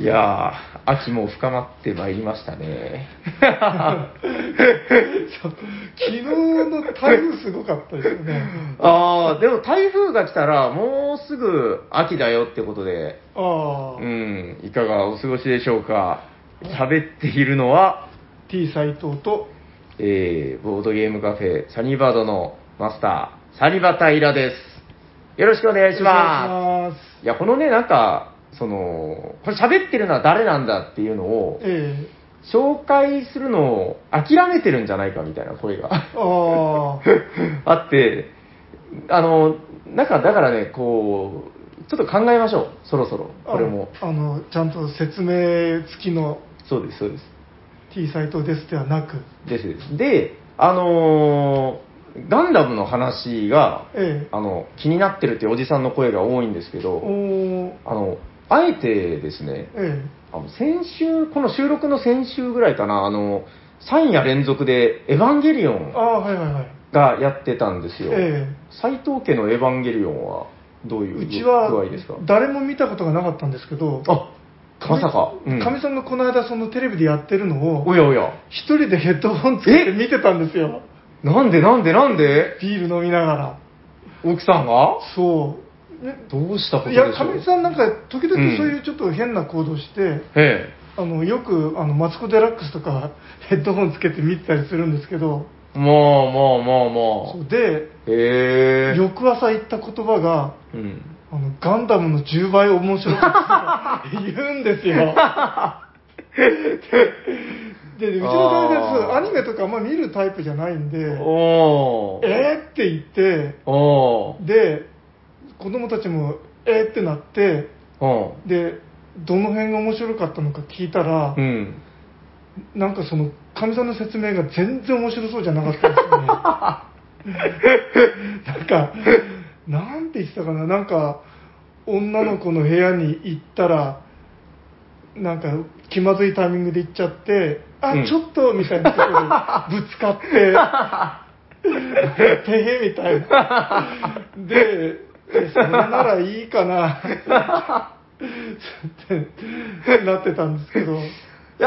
いやー、秋も深まってまいりましたね。 そう昨日の台風すごかったですよね。 あー、でも台風が来たらもうすぐ秋だよってことで、 ああ、 いかがお過ごしでしょうか。喋っているのは、 T 斎藤と、 ボードゲームカフェサニーバードのマスター、サニバタイラです。よろしくお願いします。いや、このね、なんか、これ喋ってるのは誰なんだっていうのを、紹介するのを諦めてるんじゃないかみたいな声があって、なんかだからね、こう、ちょっと考えましょう、そろそろ、これも。 ちゃんと説明付きの、 そうです、そうです。 T 斎藤ですではなく。 です。で、ガンダムの話が、気になってるっていうおじさんの声が多いんですけど、あえてですね、先週、この収録の先週ぐらいかな、3夜連続でエヴァンゲリオンがやってたんですよ。斎藤家のエヴァンゲリオンはどういう具合ですか？ うちは誰も見たことがなかったんですけど、 まさか。 かみさんがこの間そのテレビでやってるのを、 おやおや。 一人でヘッドホンつけて見てたんですよ。 なんでビール飲みながら。 奥さんが？ そう。 どうしたことでしょう？ いや、かみさんなんか時々そういうちょっと変な行動して、よくマツコ・デラックスとかヘッドホンつけて見てたりするんですけど、 まあ。 そうで、翌朝言った言葉が、ガンダムの10倍面白かったって言うんですよ。で、うちのかみさんアニメとかあんま見るタイプじゃないんで、って言って、で、子供たちもってなって、で、どの辺が面白かったのか聞いたら、なんかその、かみさんの説明が全然面白そうじゃなかったんですよね。なんか、なんて言ってたかな、なんか、女の子の部屋に行ったら、なんか、気まずいタイミングで行っちゃって、ちょっと、みたいなところでぶつかって、みたいな。で、それならいいかな、ってなってたんですけど。 いや、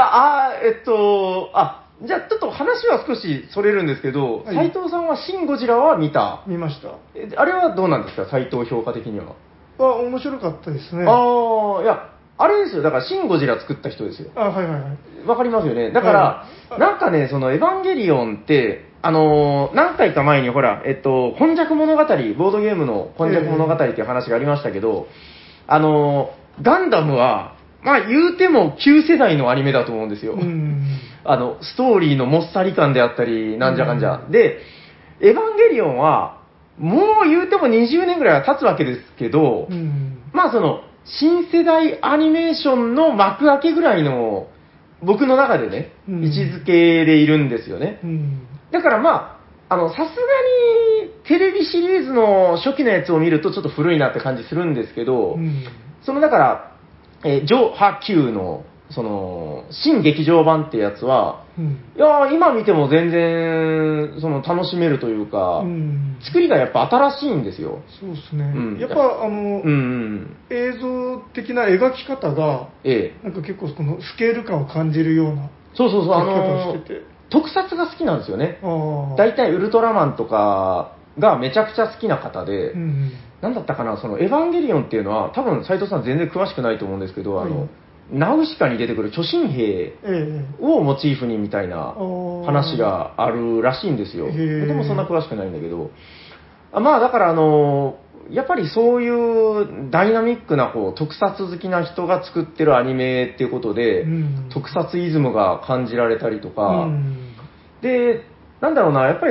じゃあちょっと話は少しそれるんですけど、斉藤さんはシン・ゴジラは見ました。 あれはどうなんですか、斉藤評価的には。 面白かったですね。 いや、あれですよ、だからシン・ゴジラ作った人ですよ。わかりますよね。だから、なんかね、そのエヴァンゲリオンって、何回か前にほら、今昔物語、ボードゲームの今昔物語っていう話がありましたけど、ガンダムは、まあ言うても旧世代のアニメだと思うんですよ。ストーリーのもっさり感であったり、なんじゃかんじゃ。で、エヴァンゲリオンは、もう言うても20年ぐらいは経つわけですけど、まあその、新世代アニメーションの幕開けぐらいの、僕の中でね、位置づけでいるんですよね。だからまあ、さすがに、テレビシリーズの初期のやつを見るとちょっと古いなって感じするんですけど、そのだから、ジョ・ハ・キューの、新劇場版ってやつは、いや今見ても全然、楽しめるというか、作りがやっぱ新しいんですよ。 そうですね。やっぱ、映像的な描き方が、なんか結構このスケール感を感じるようなそう、 描き方をしてて。 特撮が好きなんですよね。大体ウルトラマンとかがめちゃくちゃ好きな方で、なんだったかな、エヴァンゲリオンっていうのは、多分斉藤さん全然詳しくないと思うんですけど、ナウシカに出てくる巨神兵をモチーフにみたいな話があるらしいんですよ。僕もそんな詳しくないんだけど。まあだからやっぱりそういうダイナミックな特撮好きな人が作ってるアニメっていうことで、特撮イズムが感じられたりとか、で、なんだろうな、やっぱり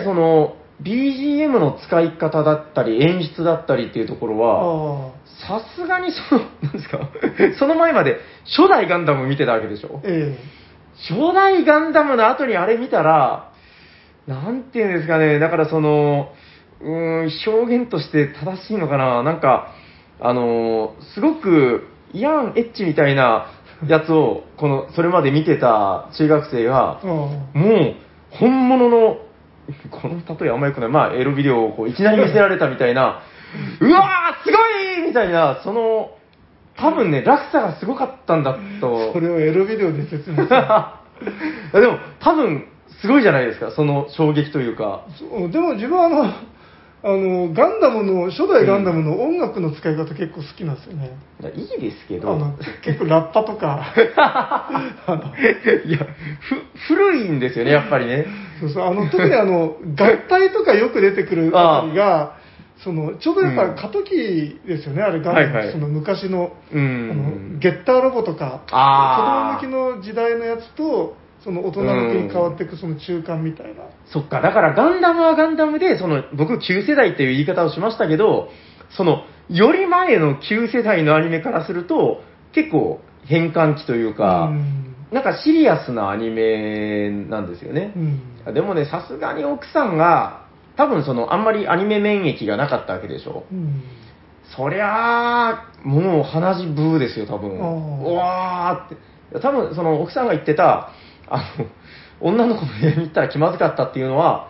BGM の使い方だったり演出だったりっていうところは、さすがになんですかその前まで初代ガンダム見てたわけでしょ、初代ガンダムの後にあれ見たら、なんていうんですかね、だから表現として正しいのかな、なんか、すごくイアンエッチみたいなやつを、それまで見てた中学生が、もう、本物の、この例えあんまよくない、まあ、エロビデオをいきなり見せられたみたいな、うわー、すごいみたいな、 多分ね、落差がすごかったんだと。 それをエロビデオで説明する。 でも、多分、すごいじゃないですか、その衝撃というか。 でも自分はガンダムの、初代ガンダムの音楽の使い方結構好きなんですよね。 いいですけど。 結構ラッパとか。 いや、古いんですよね、やっぱりね。 そうそう、特に合体とかよく出てくるあたりが、ちょうどやっぱ過渡期ですよね、あれガンダム、はいはい、その昔の、ゲッターロボとか、子供向きの時代のやつと、その大人向きに変わっていくその中間みたいな。 そっか、だからガンダムはガンダムで、僕旧世代っていう言い方をしましたけど、より前の旧世代のアニメからすると、結構変換期というか、なんかシリアスなアニメなんですよね。でもね、さすがに奥さんが、多分あんまりアニメ免疫がなかったわけでしょ。そりゃあ、もう鼻血ブーですよ、多分。うわーって。多分奥さんが言ってた、女の子の部屋に行ったら気まずかったっていうのは、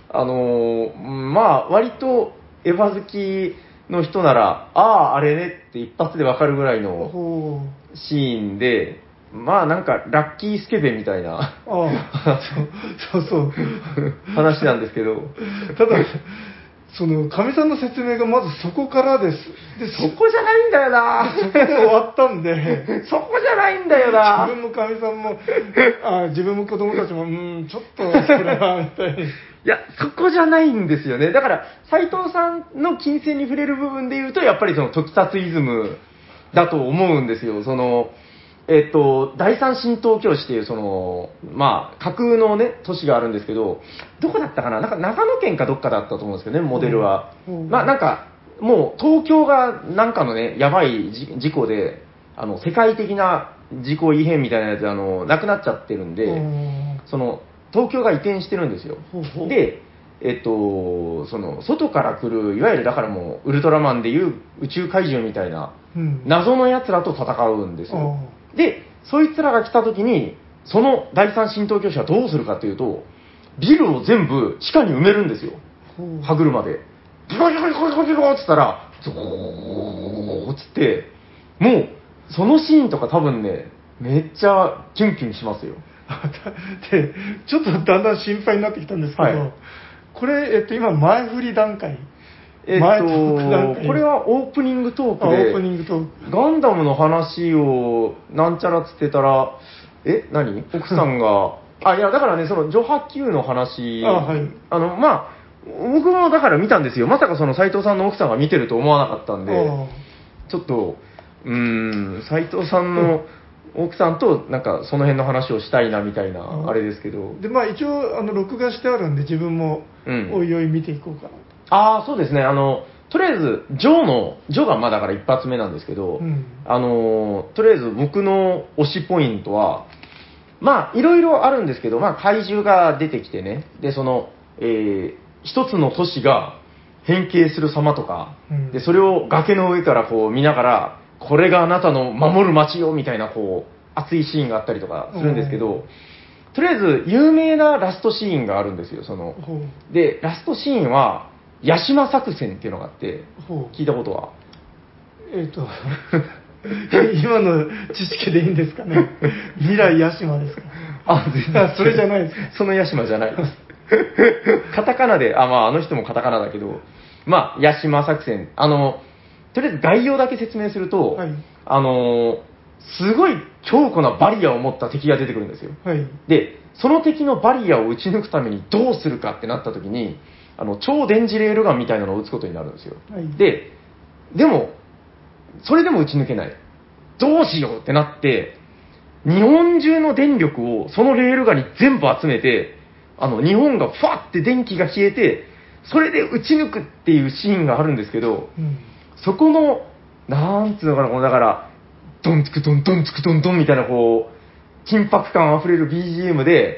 まあ、割とエヴァ好きの人なら、ああ、あれねって一発でわかるぐらいのシーンで、まあなんかラッキースケベみたいなそう話なんですけど、 ただかみさんの説明がまずそこからです。 でそこじゃないんだよな。 そこで終わったんでそこじゃないんだよな。 自分もかみさんも自分も子供たちもちょっとそれはみたいに。 いや、そこじゃないんですよね。だから斉藤さんの金銭に触れる部分で言うと、やっぱりトキサツイズムだと思うんですよ。第三神道教師っていう、まあ、架空のね、都市があるんですけど、どこだったかな、なんか長野県かどっかだったと思うんですけどね、モデルは。まあ、なんか、もう、東京がなんかのね、やばい事故で、世界的な事故異変みたいなやつで、なくなっちゃってるんで、東京が移転してるんですよ。で、外から来る、いわゆるだからもう、ウルトラマンでいう宇宙怪獣みたいな、謎の奴らと戦うんですよ。で、そいつらが来た時に、その第三神道教師はどうするかっていうと、ビルを全部地下に埋めるんですよ。歯車で。ビコビコビコビコビコって言ったら、ゾーッつって、もう、そのシーンとか多分ね、めっちゃキュンキュンしますよ。 で、ちょっとだんだん心配になってきたんですけど、これ、今、前振り段階。 これはオープニングトークで、ガンダムの話をなんちゃらっつってたら、何奥さんが、いや、だからね、序波級の話、まあ、僕もだから見たんですよ。まさか斉藤さんの奥さんが見てると思わなかったんで、ちょっと、斉藤さんの奥さんとなんかその辺の話をしたいなみたいな、あれですけど。 で、まあ一応、録画してあるんで、自分も、おいおい見ていこうかなと。 そうですね。とりあえず、ジョがまあだから一発目なんですけど、とりあえず僕の推しポイントは、まあ、いろいろあるんですけど、まあ、怪獣が出てきてね、で、一つの都市が変形する様とか、で、それを崖の上からこう見ながら、これがあなたの守る街よ、みたいな、こう、熱いシーンがあったりとかするんですけど、とりあえず、有名なラストシーンがあるんですよ、で、ラストシーンは、ヤシマ作戦っていうのがあって、聞いたことは今の知識でいいんですかね。未来ヤシマですか。 全然。 それじゃないですか。 そのヤシマじゃないです。カタカナで、まあ、あの人もカタカナだけど、まあ、ヤシマ作戦。とりあえず概要だけ説明すると、すごい強固なバリアを持った敵が出てくるんですよ。で、その敵のバリアを撃ち抜くためにどうするかってなった時に、超電磁レールガンみたいなのを撃つことになるんですよ。でも、それでも撃ち抜けない。どうしようってなって、日本中の電力をそのレールガンに全部集めて、日本がファって電気が消えて、それで撃ち抜くっていうシーンがあるんですけど、そこの、なんつうのかな、だから、ドンツクドンドンツクドンドンみたいなこう、緊迫感あふれる BGM で、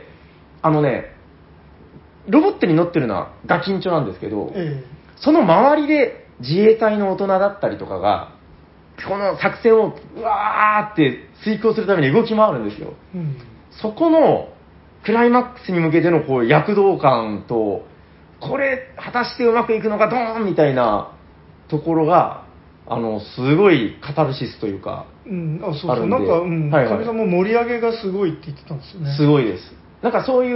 ロボットに乗ってるのはガキンチョなんですけど、その周りで自衛隊の大人だったりとかが、この作戦をうわーって遂行するために動き回るんですよ。そこのクライマックスに向けてのこう躍動感と、これ果たしてうまくいくのかドーンみたいなところが、 すごいカタルシスというか、 そうそう、なんか、かみさんも盛り上げがすごいって言ってたんですよね。 すごいです。なんかそういう、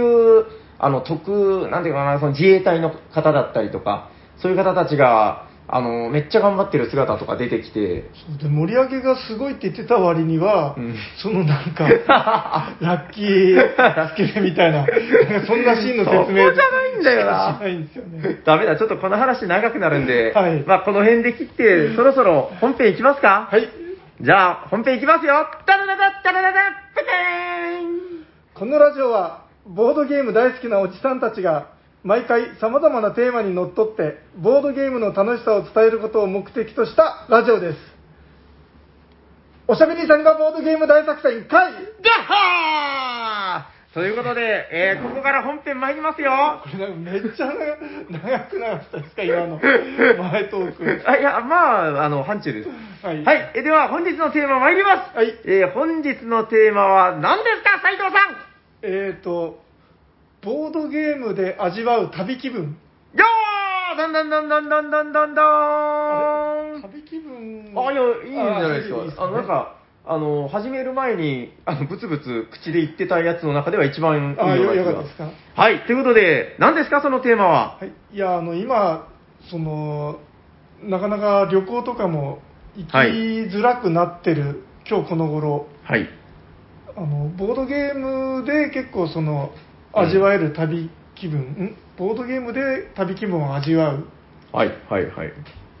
なんていうかな、その自衛隊の方だったりとか、そういう方たちが、めっちゃ頑張ってる姿とか出てきて。 そうで、盛り上げがすごいって言ってた割には、そのなんか、ラッキースケベみたいな、そんなシーンの説明そこじゃないんだよな。 しないんですよね。 ダメだ、ちょっとこの話長くなるんで、 はい、 まあこの辺で切って、そろそろ本編いきますか。 はい。 じゃあ、本編いきますよ。ダラダラダラダラペテーン。 このラジオは、ボードゲーム大好きなおじさんたちが、毎回様々なテーマにのっとって、ボードゲームの楽しさを伝えることを目的としたラジオです。おしゃべりさんがボードゲーム大作戦会ガッハーということで、ここから本編参りますよ。 これなんかめっちゃ長くなかったですか、今の前トーク。 いや、まあ、範疇です。 はい。 はい。では、本日のテーマ参ります。 はい。 本日のテーマは何ですか、斉藤さん。 ボードゲームで味わう旅気分。 よーどんどんどんどんどんどんどんどーん。 旅気分。 いや、いいんじゃないですか。いいですね、なんか、始める前に、ブツブツ口で言ってたやつの中では一番いいような気が。 よかったですか。 はい。ということで、何ですか、そのテーマは。 はい。いや、今、なかなか旅行とかも行きづらくなってる、今日この頃。 はい。 ボードゲームで結構味わえる旅気分、ボードゲームで旅気分を味わう。 はい、はい、はい。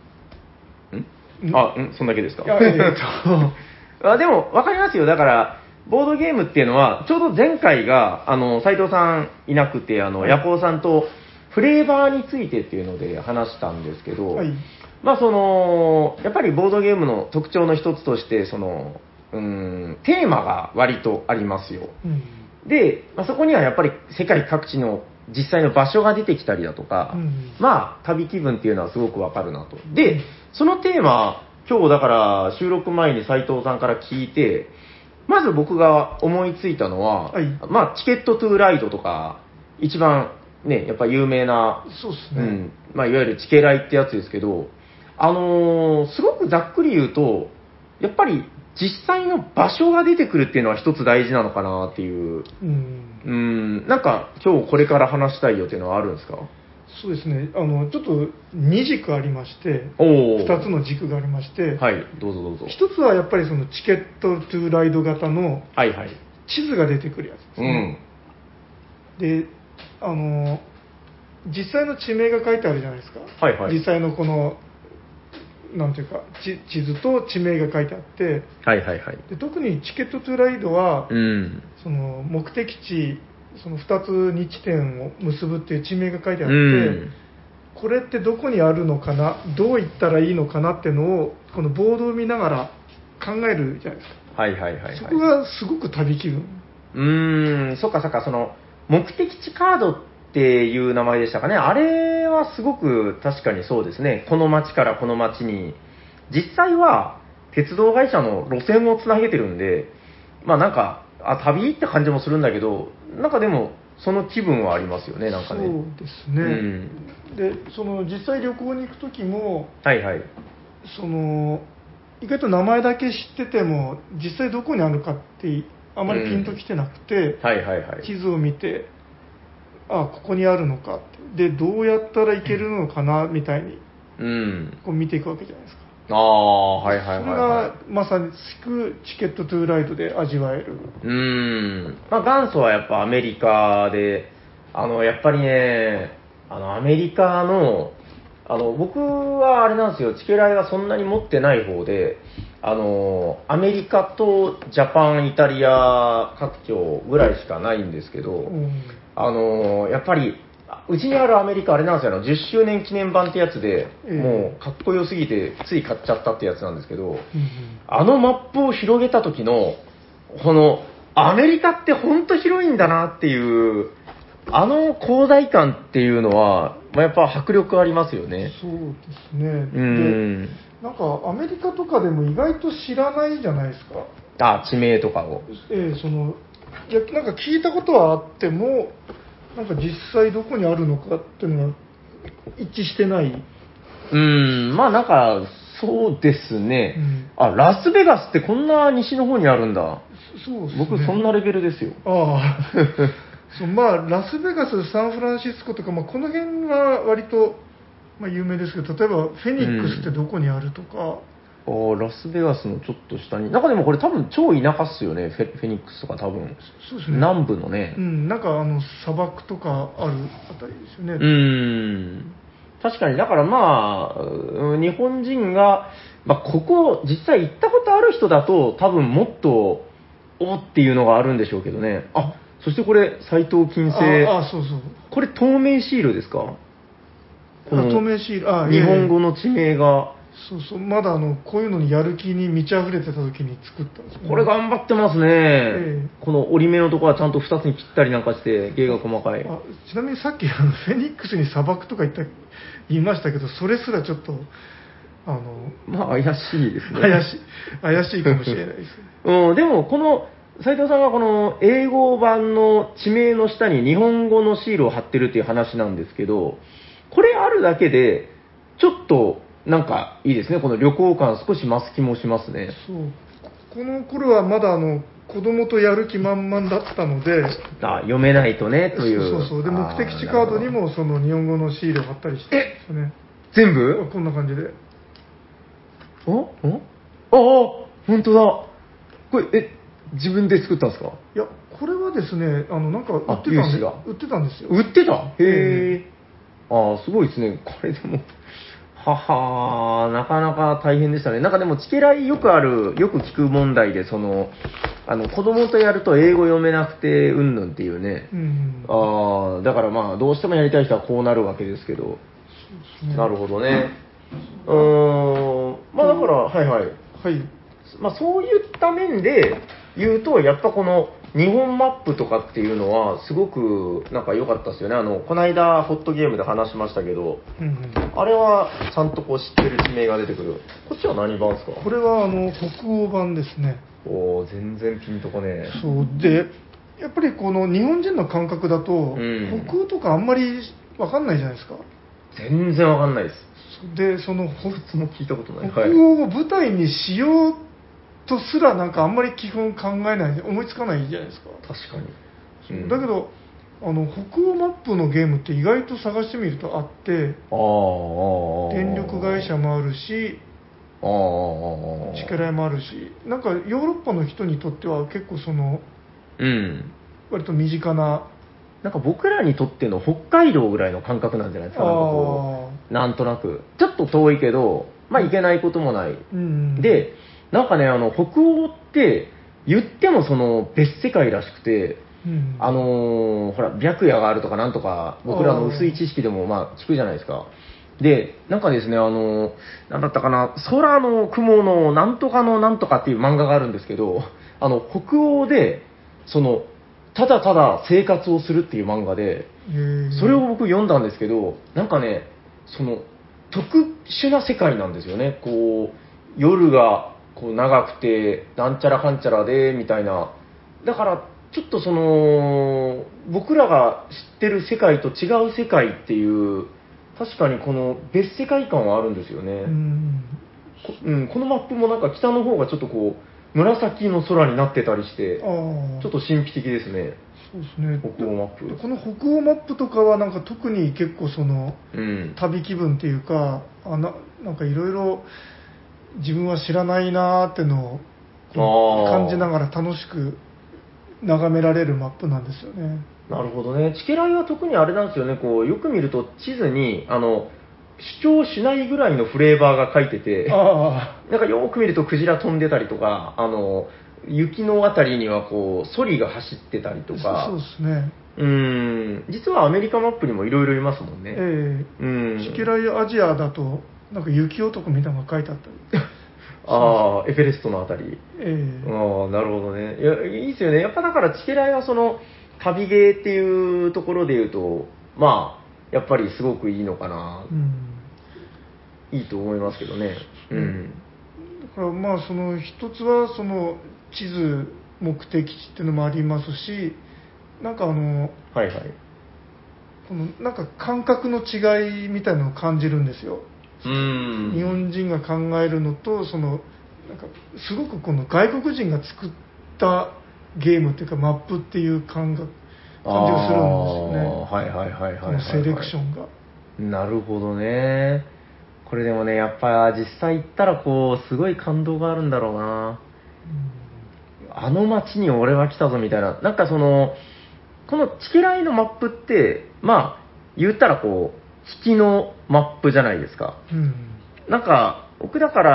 そんだけですか。でも、わかりますよ。だから、ボードゲームっていうのは、ちょうど前回が、斉藤さんいなくて、ヤコウさんと、フレーバーについてっていうので話したんですけど、 はい、 まあ、やっぱりボードゲームの特徴の一つとして、テーマが割とありますよ。で、まあ、そこにはやっぱり世界各地の実際の場所が出てきたりだとか、まあ、旅気分っていうのはすごくわかるなと。で、そのテーマ、今日だから収録前に斉藤さんから聞いて、まず僕が思いついたのは、 はい、 まあ、チケットトゥーライドとか、一番ね、やっぱ有名な、 そうですね。 まあ、いわゆるチケライってやつですけど、すごくざっくり言うと、やっぱり実際の場所が出てくるっていうのは一つ大事なのかなっていう。なんか今日これから話したいよっていうのはあるんですか？ そうですね。ちょっと2軸ありまして、2つの軸がありまして、 はい、どうぞどうぞ。 1つはやっぱりチケットトゥーライド型の地図が出てくるやつですね。で、実際の地名が書いてあるじゃないですか。 はいはい、 実際のこのなんていうか地図と地名が書いてあって、 はいはいはい、 で特にチケットトゥーライドは、その目的地、その2つ2地点を結ぶっていう地名が書いてあって、これってどこにあるのかな、どう行ったらいいのかなっていうのをこのボードを見ながら考えるじゃないですか。 はいはいはい、はい、 そこがすごく旅気分。 そっかそっか、その目的地カードっていう名前でしたかね。あれはすごく確かにそうですね。この町からこの町に、実際は鉄道会社の路線をつなげてるんで、まあなんか、旅って感じもするんだけど、なんかでも、その気分はありますよね、なんかね。 そうですね。で、実際旅行に行くときも、 はいはい。 意外と名前だけ知ってても、実際どこにあるかってあまりピンときてなくて、地図を見て、ここにあるのかって、でどうやったらいけるのかなみたいに、こう見ていくわけじゃないですか。 はいはいはい、はい、 それがまさしくチケットトゥーライドで味わえる。 まあ元祖はやっぱアメリカで、やっぱりね、アメリカの、僕はあれなんですよ、チケライはそんなに持ってない方で、アメリカとジャパン、イタリア各地ぐらいしかないんですけど、やっぱり、うちにあるアメリカあれなんですよ、10周年記念版ってやつで、もうかっこよすぎてつい買っちゃったってやつなんですけど、あのマップを広げた時の、このアメリカって本当広いんだなっていう、広大感っていうのは、やっぱ迫力ありますよね。 そうですね。で、なんかアメリカとかでも意外と知らないじゃないですか。 地名とかを。 いや、なんか聞いたことはあっても、なんか実際どこにあるのかっていうのが一致してない。 まあなんか、 そうですね、 うん、 ラスベガスってこんな西の方にあるんだ。 そうですね。 僕そんなレベルですよ。 ああ。そう、まあ、ラスベガス、サンフランシスコとか、まあ、この辺は割と、まあ、有名ですけど、例えばフェニックスってどこにあるとか、 ラスベガスのちょっと下に、なんかでもこれ多分超田舎っすよね、フェニックスとか多分。 そうですね。 南部のね。 うん、なんか砂漠とかあるあたりですよね。 確かに、だからまあ、日本人が、まあ、ここ、実際行ったことある人だと、多分もっと、おっていうのがあるんでしょうけどね。そしてこれ、斎藤金星。 そうそう。 これ、透明シールですか？ 透明シール、 日本語の地名が。 そうそう、まだこういうのにやる気に満ち溢れてた時に作ったんですよね。 これ頑張ってますね。この折り目のところはちゃんと2つに切ったりなんかして、芸が細かい。 ちなみにさっきフェニックスに砂漠とか言いましたけど、それすらちょっと、 まあ怪しいですね。 怪しいかもしれないです。 でも、この、斉藤さんがこの英語版の地名の下に日本語のシールを貼ってるっていう話なんですけど、これあるだけで、ちょっと、なんかいいですね。この旅行感少し増す気もしますね。 そう。この頃はまだ子供とやる気満々だったので、 読めないとね、という。 そう。で、目的地カードにもその日本語のシールを貼ったりしてですね。 全部こんな感じで。 本当だ。これ、自分で作ったんですか？ いや、これはですね、なんか売ってたんですよ。 売ってた？へー。すごいですね。これでも。なかなか大変でしたね。なんかでも、チケライよく聞く問題で、子供とやると英語読めなくて、うんぬんっていうね。だからまあ、どうしてもやりたい人はこうなるわけですけど。なるほどね。まあだから、はい。まあそういった面で言うと、やっぱこの日本マップとかっていうのは、すごくなんか良かったですよね。この間、ホットゲームで話しましたけど、あれはちゃんとこう知ってる地名が出てくる。こっちは何版ですか？ これは北欧版ですね。 全然ピンとこねえ。 そうで、やっぱりこの日本人の感覚だと、北欧とかあんまり分かんないじゃないですか。 全然分かんないです。 で、 一つも聞いたことない。 北欧を舞台にしようとすらなんかあんまり基本考えない、思いつかないじゃないですか。 確かに。だけど、北欧マップのゲームって意外と探してみるとあって、電力会社もあるし、力もあるし、なんかヨーロッパの人にとっては結構割と身近な、 なんか僕らにとっての北海道ぐらいの感覚なんじゃないですか。なんとなくちょっと遠いけど、まあ行けないこともない。で、なんかね、北欧って言っても別世界らしくて、ほら、白夜があるとかなんとか、僕らの薄い知識でもまあ聞くじゃないですか。で、なんかですね、なんだったかな、空の雲のなんとかのなんとかっていう漫画があるんですけど、北欧で、ただただ生活をするっていう漫画で、それを僕読んだんですけど、なんかね、特殊な世界なんですよね。こう、夜がこう長くて、なんちゃらかんちゃらで、みたいな。だから、ちょっと僕らが知ってる世界と違う世界っていう、確かにこの別世界観はあるんですよね。このマップもなんか北の方がちょっとこう、紫の空になってたりして、ちょっと神秘的ですね。 そうですね。 北欧マップ。 この北欧マップとかはなんか特に結構旅気分っていうか、なんかいろいろ自分は知らないなーってのを感じながら楽しく眺められるマップなんですよね。 なるほどね。チケライは特にあれなんですよね。こうよく見ると地図に主張しないぐらいのフレーバーが書いてて、なんかよく見るとクジラ飛んでたりとか、雪のあたりにはこうソリが走ってたりとか。 そうですね。 実はアメリカマップにもいろいろいますもんね。 チケライアジアだとなんか雪男みたいなのが書いてあったり。 エフェレストのあたり。なるほどね。いや、いいですよね。やっぱだからチケライは旅ゲーっていうところで言うと、まあ、やっぱりすごくいいのかな。いいと思いますけどね。 だからまあ一つは地図目的地っていうのもありますし、なんかこのなんか感覚の違いみたいなのを感じるんですよ。 日本人が考えるのと、なんかすごくこの外国人が作ったゲームっていうかマップっていう感じがするんですよね。 はいはいはいはい、 このセレクションが。 なるほどね。これでもね、やっぱ実際行ったらこう、すごい感動があるんだろうな。あの街に俺は来たぞみたいな。なんかこのチキライのマップって、まあ、言ったらこう、引きのマップじゃないですか。なんか、僕だから、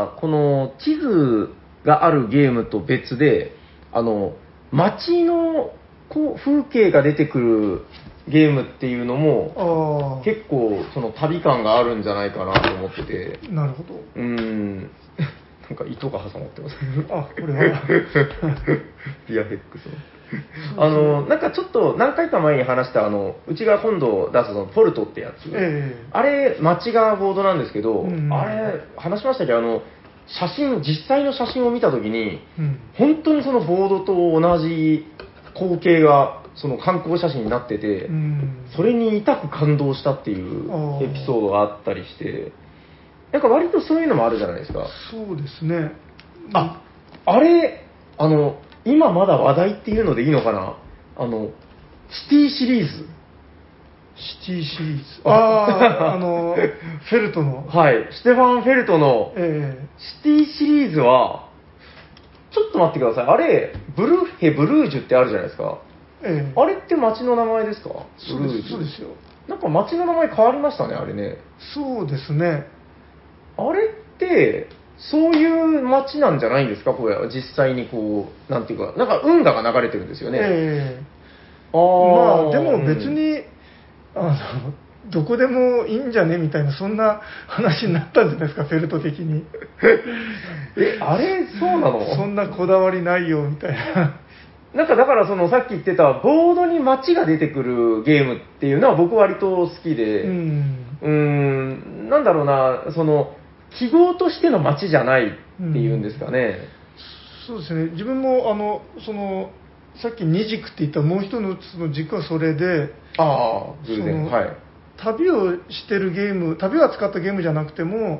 この地図があるゲームと別で、街のこう風景が出てくるゲームっていうのも、結構その旅感があるんじゃないかなと思ってて。 なるほど。 なんか糸が挟まってます。 あ、これは。 ビアヘックスの。なんかちょっと何回か前に話した、うちが今度出すそのポルトってやつ。あれ、街がボードなんですけど、あれ、話しましたけど、実際の写真を見たときに、本当にそのボードと同じ光景が、その観光写真になってて、それに痛く感動したっていうエピソードがあったりして、なんか割とそういうのもあるじゃないですか。 そうですね。 あれ、今まだ話題っていうのでいいのかな、シティシリーズ。 シティシリーズ。フェルトの。 はい、ステファン・フェルトのシティシリーズは、ちょっと待ってください。あれ、ブルージュってあるじゃないですか。あれって町の名前ですか？ そうですよ。 なんか町の名前変わりましたね、あれね。 そうですね。 あれって、そういう街なんじゃないんですか、これ、実際にこう、なんていうか、なんか運河が流れてるんですよね。 まあ、でも別に、どこでもいいんじゃねみたいな、そんな話になったんじゃないですか、フェルト的に。 あれ、そうなの？ そんなこだわりないよ、みたいな。 なんかだからさっき言ってたボードに街が出てくるゲームっていうのは僕割と好きで、なんだろうな、記号としての街じゃないっていうんですかね。 そうですね。自分もさっき二軸って言ったもう一つの軸はそれで、 偶然、はい。 旅をしてるゲーム、旅を扱ったゲームじゃなくても、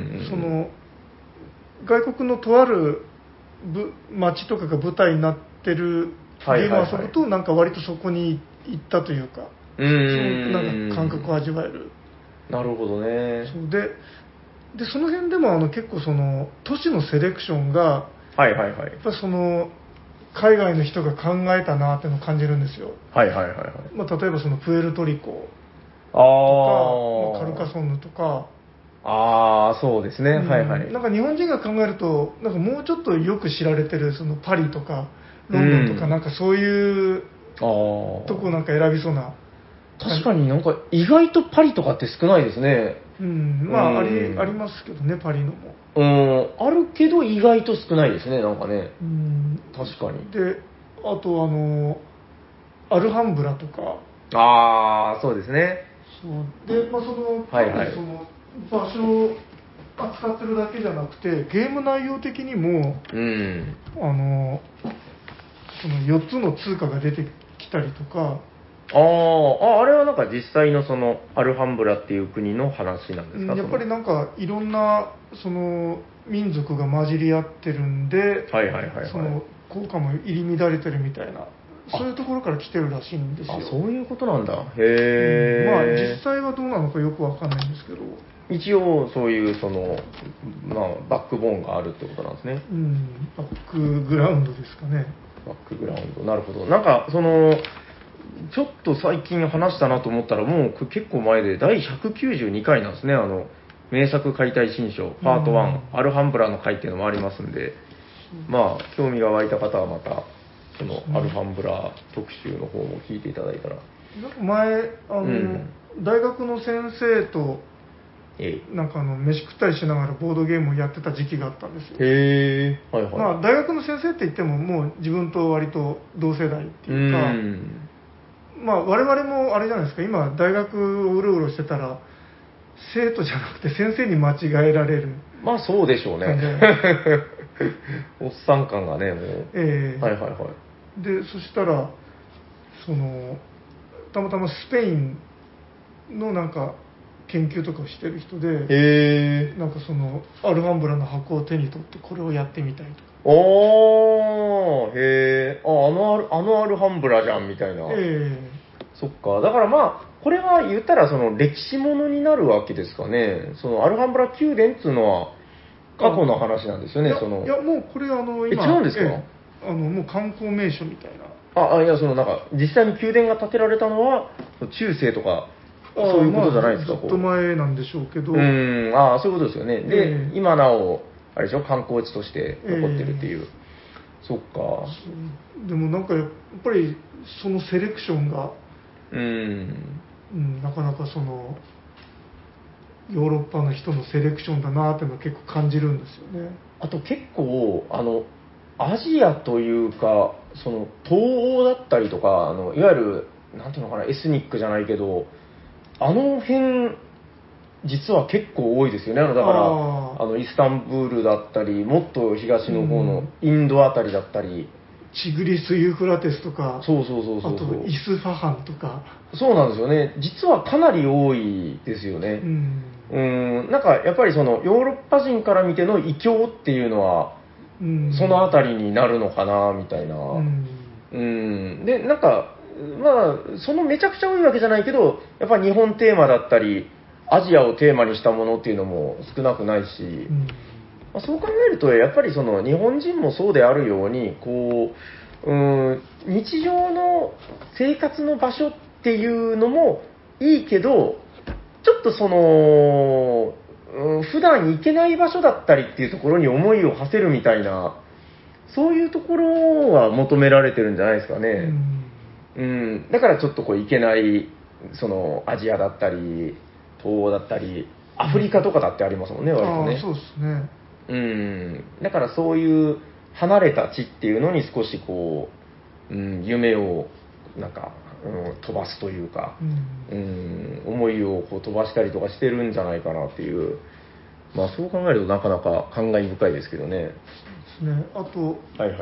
外国のとある街とかが舞台になってるゲームを遊ぶと、なんか割とそこに行ったというか、なんか感覚を味わえる。 なるほどね。 そうで、その辺でも結構都市のセレクションが、やっぱ海外の人が考えたなっていうのを感じるんですよ。例えばプエルトリコとか、カルカソンヌとか。 そうですね。 なんか日本人が考えると、なんかもうちょっとよく知られてるパリとかロンドンとか、なんかそういうとこなんか選びそうな。 確かになんか意外とパリとかって少ないですね。 ありますけどね、パリのも。 あるけど意外と少ないですね、なんかね。確かに。 で、あとアルハンブラとか。 そうですね。 で、場所を扱ってるだけじゃなくて、ゲーム内容的にも、4つの通貨が出てきたりとか。 あれはなんか実際のアルハンブラっていう国の話なんですか？ やっぱりなんかいろんな民族が混じり合ってるんで、効果も入り乱れてるみたいな、そういうところから来てるらしいんですよ。 そういうことなんだ。へえ。実際はどうなのかよくわかんないんですけど。 一応そういうバックボーンがあるってことなんですね。 バックグラウンドですかね。 バックグラウンド、なるほど。なんかちょっと最近話したなと思ったら、もう結構前で第192回なんですね。名作解体新書パート1、アルハンブラの回っていうのもありますんで、興味が湧いた方はまたアルハンブラ特集の方も聞いていただいたら。 前大学の先生となんか飯食ったりしながらボードゲームをやってた時期があったんですよ。大学の先生って言ってももう自分と割と同世代っていうか、我々もあれじゃないですか、今大学をうろうろしてたら生徒じゃなくて先生に間違えられる。 そうでしょうね。おっさん感がね、もう。 で、そしたらたまたまスペインのなんか研究とかをしてる人で、 なんかそのアルハンブラの箱を手に取ってこれをやってみたいとか。 あのアルハンブラじゃんみたいな。そっか。だからまあ、これは言ったらその歴史ものになるわけですかね。そのアルハンブラ宮殿っていうのは過去の話なんですよね。 いや、もうこれ今。 違うんですか？ もう観光名所みたいな。 いや、そのなんか、実際に宮殿が建てられたのは、中世とか、そういうことじゃないですか、 ずっと前なんでしょうけど。 そういうことですよね。で、今なお、あれでしょ、観光地として残ってるっていう。そっか。 でもなんか、やっぱり、そのセレクションが、なかなかその、ヨーロッパの人のセレクションだなっていうのは結構感じるんですよね。 あと結構、アジアというか、その東欧だったりとか、いわゆる、なんていうのかな、エスニックじゃないけど、あの辺、実は結構多いですよね。だから、イスタンブールだったり、もっと東の方のインドあたりだったり、 チグリス・ユーフラテスとか、 そう。 あとイスファハンとか。 そうなんですよね。実はかなり多いですよね。なんかやっぱりそのヨーロッパ人から見ての異教っていうのは、そのあたりになるのかな、みたいな。で、なんか、まあ、そのめちゃくちゃ多いわけじゃないけど、やっぱ日本テーマだったり、アジアをテーマにしたものっていうのも少なくないし、そう考えると、やっぱりその日本人もそうであるように、こう、日常の生活の場所っていうのもいいけど、ちょっとその、普段行けない場所だったりっていうところに思いを馳せるみたいな、そういうところは求められてるんじゃないですかね。だからちょっとこう行けない、そのアジアだったり、東欧だったり、アフリカとかだってありますもんね、割とね。 そうですね。 だからそういう離れた地っていうのに少しこう、夢をなんか、飛ばすというか、思いをこう飛ばしたりとかしてるんじゃないかなっていう、まあそう考えるとなかなか感慨深いですけどね。 そうですね。あと、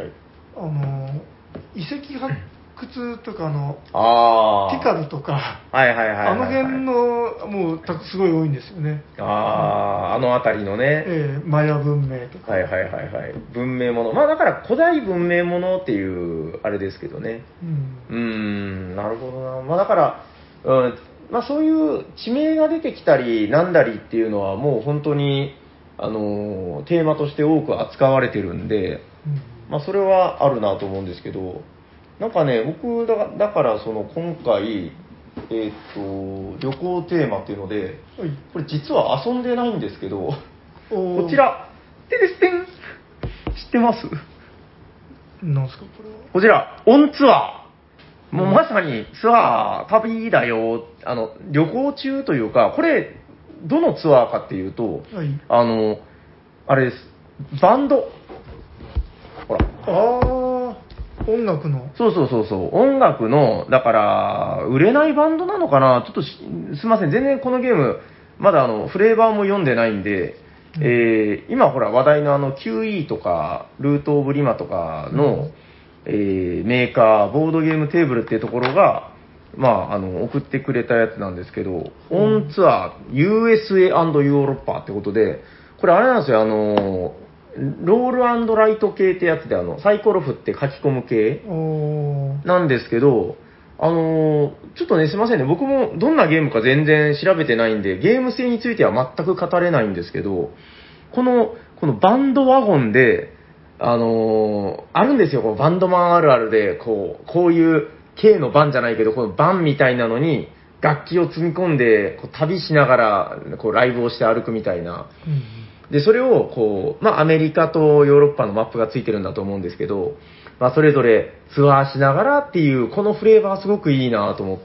遺跡発掘とかティカルとか、あの辺のもうすごい多いんですよね。 あの辺りのね。 マヤ文明とか。 文明もの。まあだから古代文明ものっていうあれですけどね。なるほどな。まあだから、まあそういう地名が出てきたりなんだりっていうのはもう本当に、テーマとして多く扱われてるんで、まあそれはあるなと思うんですけど、なんかね、僕だからその今回、旅行テーマっていうので、これ実は遊んでないんですけど、こちら、てれってん、知ってます？ なんすかこれは。 こちら、オンツアー。もうまさにツアー、旅だよ。旅行中というか、これ、どのツアーかっていうと、あれです、バンド。ほら。 音楽の。 そう。音楽の、だから、売れないバンドなのかなちょっとすいません。全然このゲーム、まだフレーバーも読んでないんで、今ほら話題の QE とか、ルートオブリマとかの、メーカー、ボードゲームテーブルっていうところが、まあ、送ってくれたやつなんですけど、オンツアー、USA& ヨーロッパってことで、これあれなんですよ、ロール&ライト系ってやつで、サイコロ振って書き込む系なんですけど、ちょっとね、すいませんね、僕もどんなゲームか全然調べてないんで、ゲーム性については全く語れないんですけど、このバンドワゴンで、あるんですよ、こうバンドマンあるあるで、こういう K のバンじゃないけど、このバンみたいなのに、楽器を積み込んで、こう旅しながら、こうライブをして歩くみたいな。で、それを、こう、まあ、アメリカとヨーロッパのマップがついてるんだと思うんですけど、まあ、それぞれツアーしながらっていう、このフレーバーすごくいいなと思って。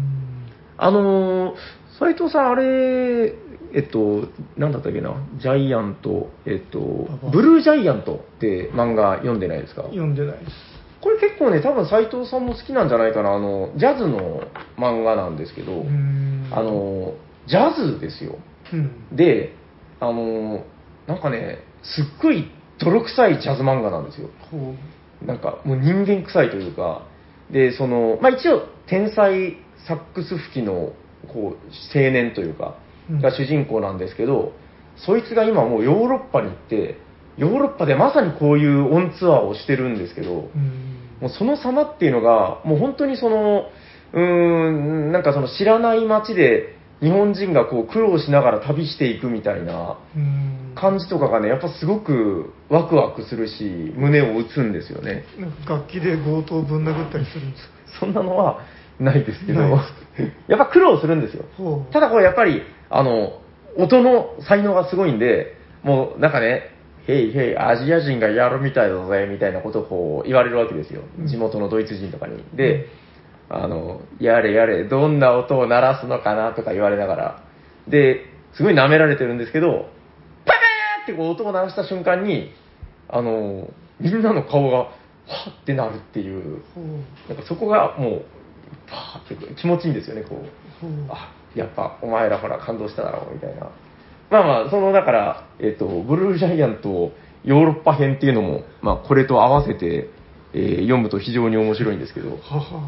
斉藤さん、あれ、なんだったっけな、ジャイアント、ブルージャイアントって漫画読んでないですか？ 読んでないです。 これ結構ね、多分斉藤さんも好きなんじゃないかな、ジャズの漫画なんですけど、ジャズですよ。で、なんかね、すっごい泥臭いジャズ漫画なんですよ。なんかもう人間臭いというか、で、まあ一応天才サックス吹きのこう、青年というか、が主人公なんですけど、そいつが今もうヨーロッパに行って、ヨーロッパでまさにこういうオンツアーをしてるんですけど、もうその様っていうのが、もう本当にその、なんかその知らない街で日本人がこう苦労しながら旅していくみたいな感じとかがね、やっぱすごくワクワクするし、胸を打つんですよね。 なんか楽器で強盗をぶん殴ったりするんですか？ そんなのはないですけど、やっぱ苦労するんですよ。ただこれやっぱり、音の才能がすごいんで、もうなんかね、ヘイヘイ、アジア人がやるみたいだぜ、みたいなことをこう言われるわけですよ。地元のドイツ人とかに。で、やれやれ、どんな音を鳴らすのかなとか言われながら。で、すごい舐められてるんですけど、パパーってこう音を鳴らした瞬間に、みんなの顔が、はってなるっていう、なんかそこがもう、パーって気持ちいいんですよね、こう。あ、やっぱお前らほら感動しただろう、みたいな。まあまあ、だから、ブルージャイアントヨーロッパ編っていうのも、まあ、これと合わせて、読むと非常に面白いんですけど。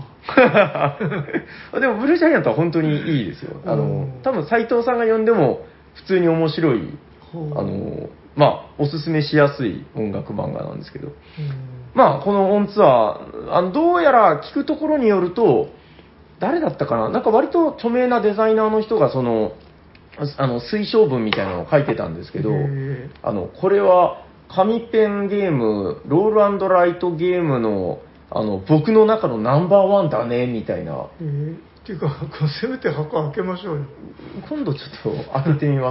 でも、ブルージャイアントは本当にいいですよ。多分、斉藤さんが読んでも普通に面白い、まあ、おすすめしやすい音楽漫画なんですけど。まあ、このオンツアー、どうやら聞くところによると、誰だったかな、なんか割と著名なデザイナーの人が、推奨文みたいなのを書いてたんですけど、これは紙ペンゲーム、ロールライトゲームの、僕の中のナンバーワンだね、みたいな。 っていうか、せめて箱開けましょうよ。 今度ちょっと開けてみます。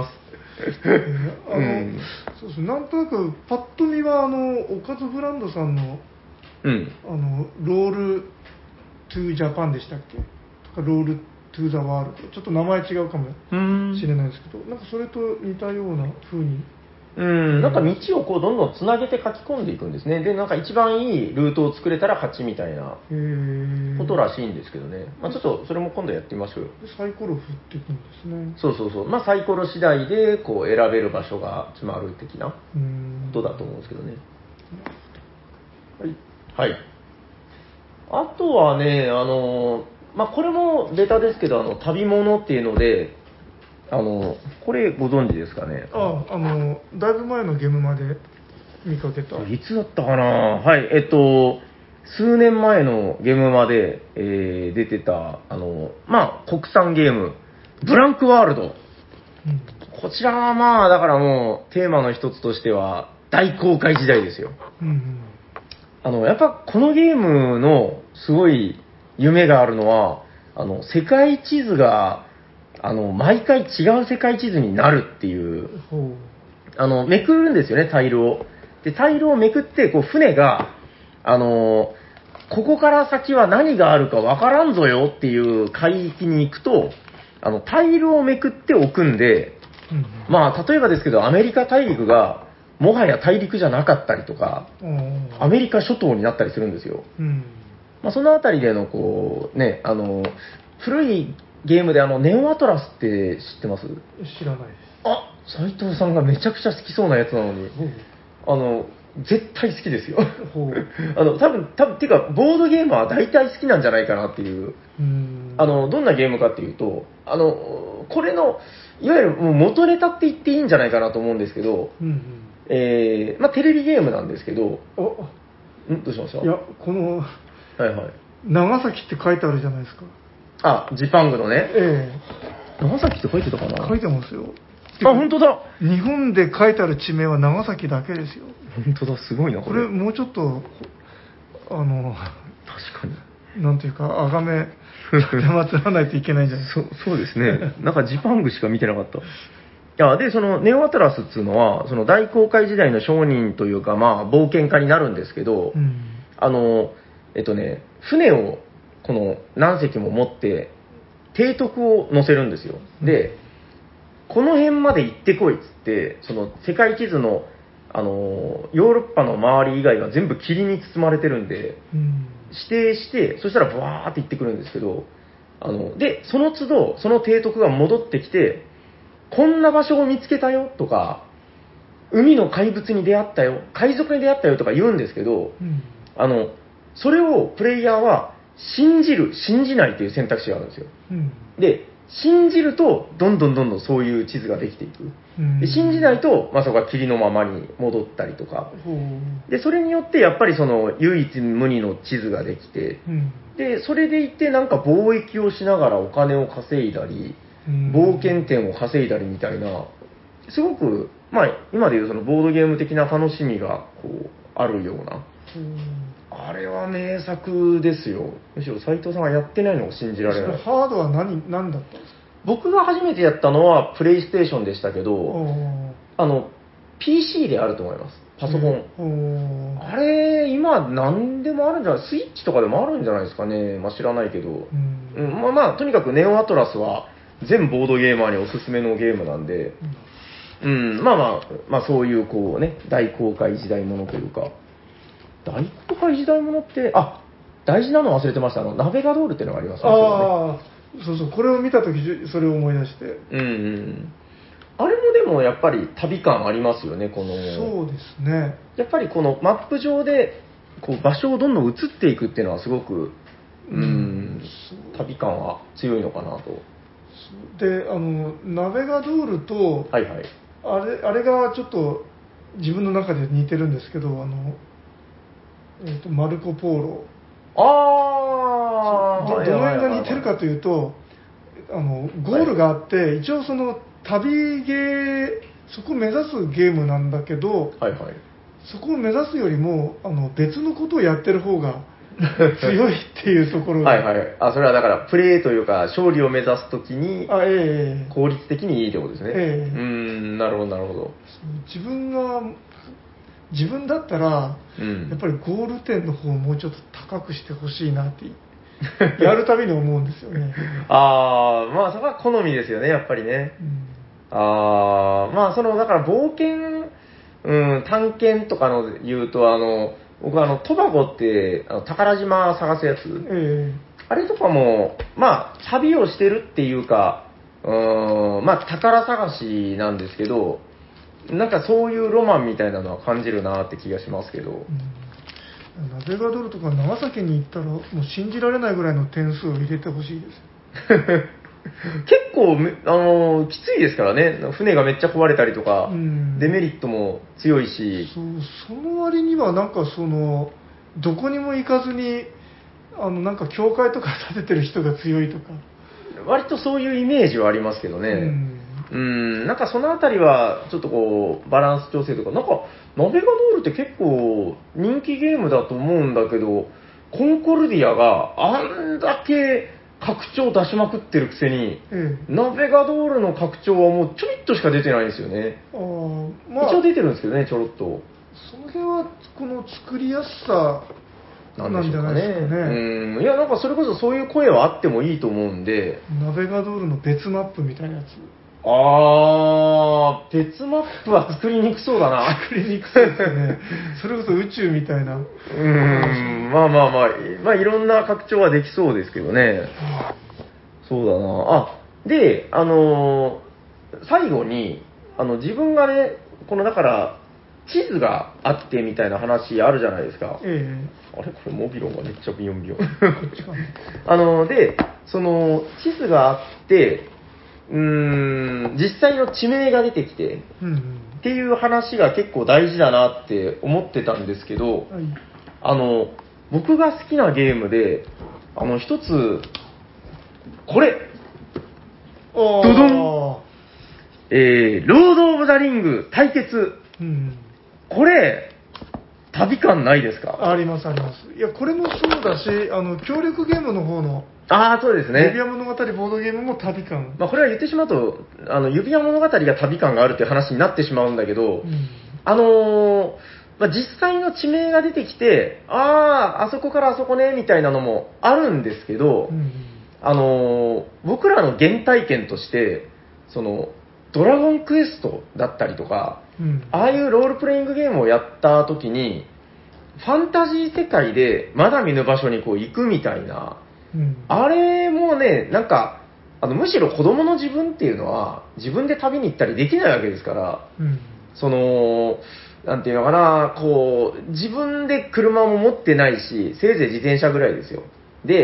そうそう、なんとなく、パッと見は、おかずブランドさんの、ロールトゥージャパンでしたっけとか、ロールトゥーザワールド。ちょっと名前違うかもしれないですけど、なんかそれと似たような風に。 なんか道をこうどんどんつなげて書き込んでいくんですね。で、なんか一番いいルートを作れたら勝ちみたいなことらしいんですけどね。まあちょっとそれも今度やってみましょうよ。 サイコロ振っていくんですね。 そう。まあサイコロ次第でこう選べる場所が決まる的なことだと思うんですけどね。はい。あとはね、まあこれもベタですけど、旅物っていうので、これご存知ですかね。 だいぶ前のゲームまで見かけた。 いつだったかな。はい、数年前のゲームまで、出てた、まあ、国産ゲーム、ブランクワールド。こちらはまあ、だからもう、テーマの一つとしては、大公開時代ですよ。やっぱこのゲームのすごい夢があるのは、世界地図が、毎回違う世界地図になるっていう、めくるんですよね、タイルを。で、タイルをめくって、こう、船が、ここから先は何があるかわからんぞよっていう海域に行くと、タイルをめくっておくんで、まあ、例えばですけど、アメリカ大陸が、もはや大陸じゃなかったりとか、アメリカ諸島になったりするんですよ。まあ、そのあたりでの、こう、ね、古いゲームでネオアトラスって知ってます？ 知らないです。 あ、斉藤さんがめちゃくちゃ好きそうなやつなのに、絶対好きですよ。多分っていうか、ボードゲームは大体好きなんじゃないかなっていう。どんなゲームかっていうと、これの、いわゆるもう元ネタって言っていいんじゃないかなと思うんですけど、まあ、テレビゲームなんですけど、どうしました？ いや、この、長崎って書いてあるじゃないですか。 あ、ジパングのね。長崎って書いてたかな？ 書いてますよ。 あ、本当だ。 日本で書いてある地名は長崎だけですよ。 本当だ、すごいな、 これもうちょっと、確かに。 なんていうか、あがめ、祀らないといけないんじゃないですか。 そうですね。なんかジパングしか見てなかった。いや、で、そのネオアトラスっていうのは、その大航海時代の商人というか、まあ、冒険家になるんですけど、船を、この何隻も持って、提督を乗せるんですよ。で、この辺まで行ってこいっつって、その世界地図の、ヨーロッパの周り以外は全部霧に包まれてるんで、指定して、そしたらブワーって行ってくるんですけど、で、その都度、その提督が戻ってきて、こんな場所を見つけたよとか、海の怪物に出会ったよ、海賊に出会ったよとか言うんですけど、それをプレイヤーは信じる、信じないという選択肢があるんですよ。で、 信じると、どんどんそういう地図ができていく。で信じないと、そこは霧のままに戻ったりとか。で、それによってやっぱりその唯一無二の地図ができて、で、それでいてなんか貿易をしながらお金を稼いだり、冒険点を稼いだりみたいな、すごく、今でいうそのボードゲーム的な楽しみがこうあるような。あれは名作ですよ。むしろ斉藤さんがやってないのが信じられない。 ハードは何だったんですか？ 僕が初めてやったのはプレイステーションでしたけど、PC であると思います。パソコン。あれ、今何でもあるんじゃない、スイッチとかでもあるんじゃないですかね。知らないけど。とにかくネオアトラスは全ボードゲーマーにおすすめのゲームなんで、そういうこうね、大航海時代ものというか、大航海時代ものって、大事なの忘れてました。ナベガドールっていうのがありますね。そう、これを見たとき、それを思い出して。 あれもでもやっぱり旅感ありますよね、この。 そうですね。 やっぱりこのマップ上で、こう場所をどんどん移っていくっていうのはすごく、旅感は強いのかなと。 で、ナベガドールと、あれがちょっと自分の中で似てるんですけど、マルコ・ポーロ。どの辺が似てるかというと、ゴールがあって、一応その旅ゲー、そこを目指すゲームなんだけど、そこを目指すよりも別のことをやってる方が強いっていうところでそれはだからプレーというか勝利を目指すときに効率的にいいってことですね。なるほど。 自分だったら、やっぱりゴール点の方をもうちょっと高くしてほしいなってやるたびに思うんですよね。 そこは好みですよね、やっぱりね。だから冒険、探検とかの言うと、僕はトバゴって宝島探すやつ、あれとかも、旅をしてるっていうか、宝探しなんですけど、なんかそういうロマンみたいなのは感じるなって気がしますけど。 ナベガドルとか長崎に行ったらもう信じられないぐらいの点数を入れてほしいです。 結構きついですからね。船がめっちゃ壊れたりとか、デメリットも強いし。 その割にはなんかどこにも行かずになんか教会とか建ててる人が強いとか。 割とそういうイメージはありますけどね。なんかそのあたりはちょっとこうバランス調整とか、なんかナベガドールって結構人気ゲームだと思うんだけど、コンコルディアがあんだけ拡張出しまくってるくせに、ナベガドールの拡張はもうちょびっとしか出てないんですよね。一応出てるんですけどね、ちょろっと。 その辺はこの作りやすさなんじゃないですかね。 いや、なんかそれこそそういう声はあってもいいと思うんで。 ナベガドールの別マップみたいなやつ。 別マップは作りにくそうだな。 作りにくそうですね。それこそ宇宙みたいな。 いろんな拡張はできそうですけどね。そうだな。で、最後に、自分がね、だから、地図があってみたいな話あるじゃないですか。あれこれモビロンがめっちゃビヨンビヨン。で、その、地図があって、実際の地名が出てきて、っていう話が結構大事だなって思ってたんですけど、僕が好きなゲームで、一つ、これドドンロード・オブ・ザ・リング対決、これ、旅感ないですか？ あります。いや、これもそうだし、協力ゲームの方の、 そうですね。 指輪物語ボードゲームも旅感。 これは言ってしまうと、指輪物語が旅感があるっていう話になってしまうんだけど、実際の地名が出てきて、あそこからあそこね、みたいなのもあるんですけど、僕らの原体験として、ドラゴンクエストだったりとか、ああいうロールプレイングゲームをやった時に、ファンタジー世界でまだ見ぬ場所にこう行くみたいな、あれもね、なんか、むしろ子供の自分っていうのは、自分で旅に行ったりできないわけですから、なんていうのかな、こう、自分で車も持ってないし、せいぜい自転車ぐらいですよ。で、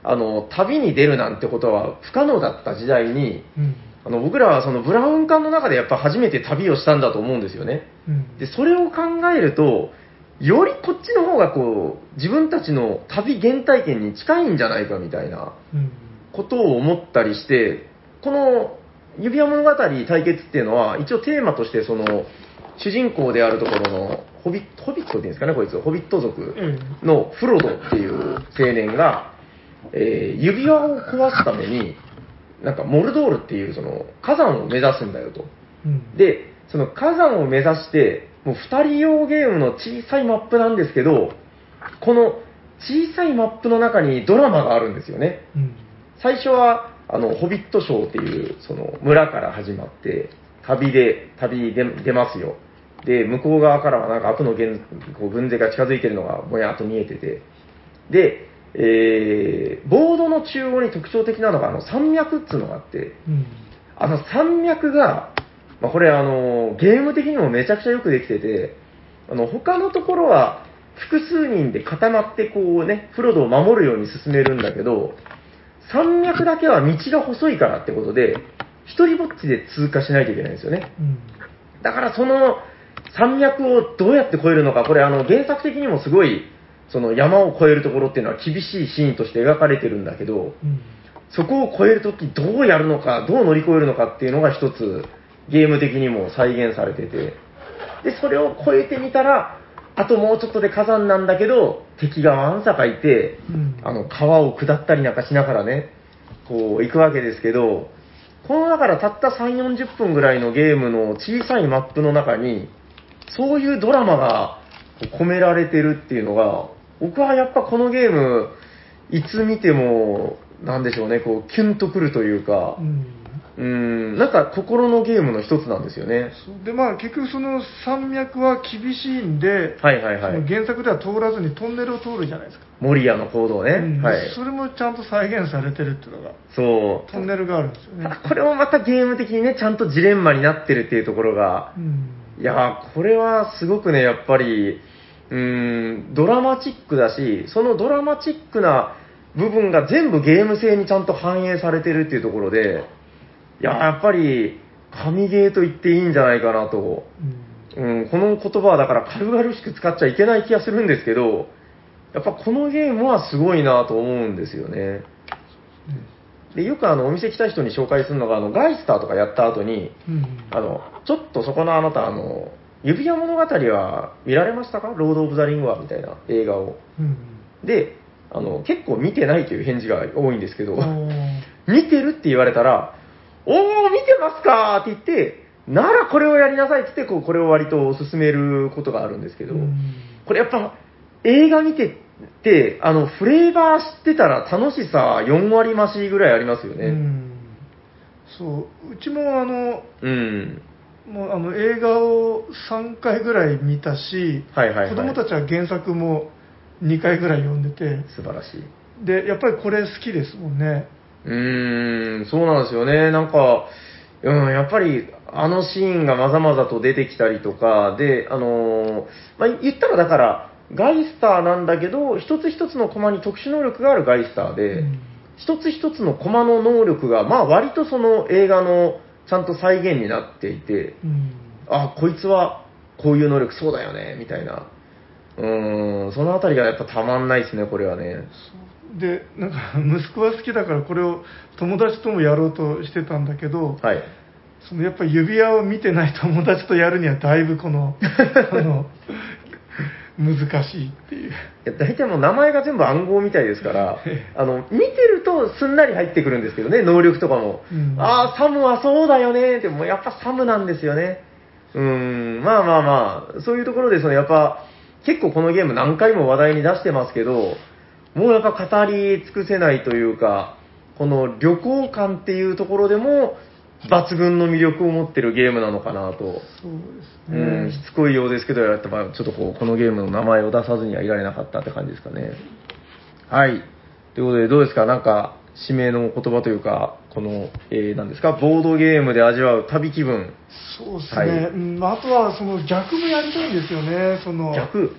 旅に出るなんてことは不可能だった時代に、僕らはそのブラウン管の中でやっぱ初めて旅をしたんだと思うんですよね。で、それを考えると、よりこっちの方がこう、自分たちの旅原体験に近いんじゃないかみたいなことを思ったりして、この指輪物語対決っていうのは、一応テーマとしてその、主人公であるところのホビットっていうんですかね、こいつ、ホビット族のフロドっていう青年が、指輪を壊すために、なんかモルドールっていうその火山を目指すんだよと。で、その火山を目指して、もう2人用ゲームの小さいマップなんですけど、この小さいマップの中にドラマがあるんですよね。最初は、ホビットショーっていう、その村から始まって、旅で出ますよ。で、向こう側からはなんか悪のこう軍勢が近づいてるのがぼやっと見えてて、で、ボードの中央に特徴的なのが山脈っていうのがあって、山脈が、まあ、これゲーム的にもめちゃくちゃよくできてて、他のところは複数人で固まってこうね、フロドを守るように進めるんだけど、山脈だけは道が細いからってことで、一人ぼっちで通過しないといけないんですよね。だからその山脈をどうやって越えるのか、これ原作的にもすごい、その山を越えるところっていうのは厳しいシーンとして描かれてるんだけど、そこを越えるときどうやるのか、どう乗り越えるのかっていうのが一つゲーム的にも再現されてて、で、それを越えてみたら、あともうちょっとで火山なんだけど、敵がわんさかいて、川を下ったりなんかしながらね、こう行くわけですけど、このだからたった3、40分ぐらいのゲームの小さいマップの中に、そういうドラマが込められてるっていうのが、僕はやっぱこのゲーム、いつ見ても、なんでしょうね、こう、キュンとくるというか、なんか心のゲームの一つなんですよね。 で、まあ結局その山脈は厳しいんで、その原作では通らずにトンネルを通るじゃないですか。 モリアの行動ね、 それもちゃんと再現されてるっていうのが、 そう。 トンネルがあるんですよね。 これもまたゲーム的にね、ちゃんとジレンマになってるっていうところが、いやー、これはすごくね、やっぱり、ドラマチックだし、そのドラマチックな部分が全部ゲーム性にちゃんと反映されてるっていうところで、やっぱり、神ゲーと言っていいんじゃないかなと。この言葉はだから軽々しく使っちゃいけない気がするんですけど、やっぱこのゲームはすごいなと思うんですよね。で、よくお店来た人に紹介するのが、ガイスターとかやった後に、ちょっとそこのあなた、指輪物語は見られましたか？ロード・オブ・ザ・リングはみたいな映画を。で、結構見てないという返事が多いんですけど、見てるって言われたら、おー、見てますかって言って、ならこれをやりなさいって言って、これを割と進めることがあるんですけど、これやっぱ映画見てて、フレーバー知ってたら楽しさ4割増しぐらいありますよね。 そう、うちももう映画を3回ぐらい見たし、子供たちは原作も2回ぐらい読んでて、 素晴らしい。 で、やっぱりこれ好きですもんね。 そうなんですよね。なんか、やっぱり、シーンがまざまざと出てきたりとか、で、言ったらだから、ガイスターなんだけど、一つ一つのコマに特殊能力があるガイスターで、一つ一つのコマの能力が、まあ割とその映画のちゃんと再現になっていて、あ、こいつはこういう能力そうだよね、みたいな。そのあたりがやっぱたまんないですね、これはね。 で、なんか息子は好きだからこれを友達ともやろうとしてたんだけど、そのやっぱり指輪を見てない友達とやるにはだいぶ難しいっていう。 大体もう名前が全部暗号みたいですから、見てるとすんなり入ってくるんですけどね、能力とかも。サムはそうだよねって、もうやっぱサムなんですよね。まあ、そういうところで、やっぱ、結構このゲーム何回も話題に出してますけど、もうやっぱ語り尽くせないというか、この旅行感っていうところでも、抜群の魅力を持ってるゲームなのかなと。 そうですね。 しつこいようですけど、やっぱちょっとこのゲームの名前を出さずにはいられなかったって感じですかね。はい。ということで、どうですか？なんか、指名の言葉というか、何ですか？ボードゲームで味わう旅気分。 そうですね。あとは、逆もやりたいんですよね。 逆？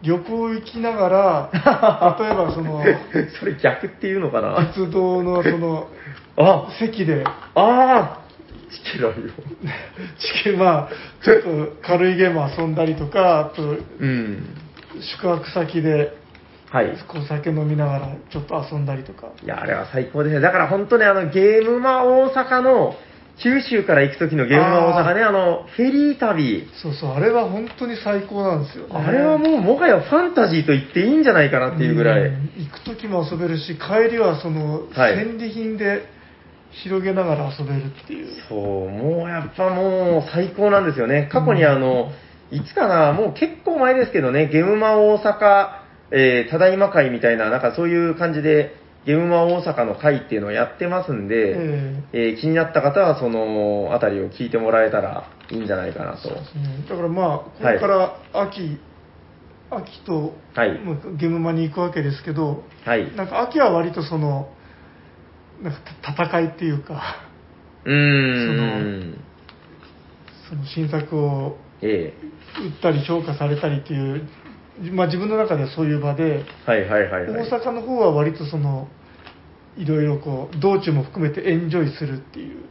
旅行行きながら、例えばその、 それ逆っていうのかな。 鉄道のその、席で、 チケラよ。 まあ、ちょっと軽いゲーム遊んだりとか、あと、宿泊先で、お酒飲みながらちょっと遊んだりとか。 いや、あれは最高ですね。だから本当ね、ゲームマ大阪の、九州から行く時のゲームマ大阪ね、フェリー旅。 そうそう、あれは本当に最高なんですよね。 あれはもはやファンタジーと言っていいんじゃないかなっていうぐらい。 行く時も遊べるし、帰りはその、戦利品で広げながら遊べるっていう。 そう、もうやっぱもう最高なんですよね。過去にいつかな、もう結構前ですけどね、ゲームマ大阪、ただいま会みたいな、なんかそういう感じで、ゲームマ大阪の会っていうのをやってますんで、気になった方はそのあたりを聞いてもらえたらいいんじゃないかなと。そうですね、だからまあ、これから秋と、ゲームマに行くわけですけど、なんか秋は割とその、なんか戦いっていうか、その新作を売ったり評価されたりっていう、まあ、自分の中ではそういう場で、大阪の方は割とそのいろいろこう道中も含めてエンジョイするっていう。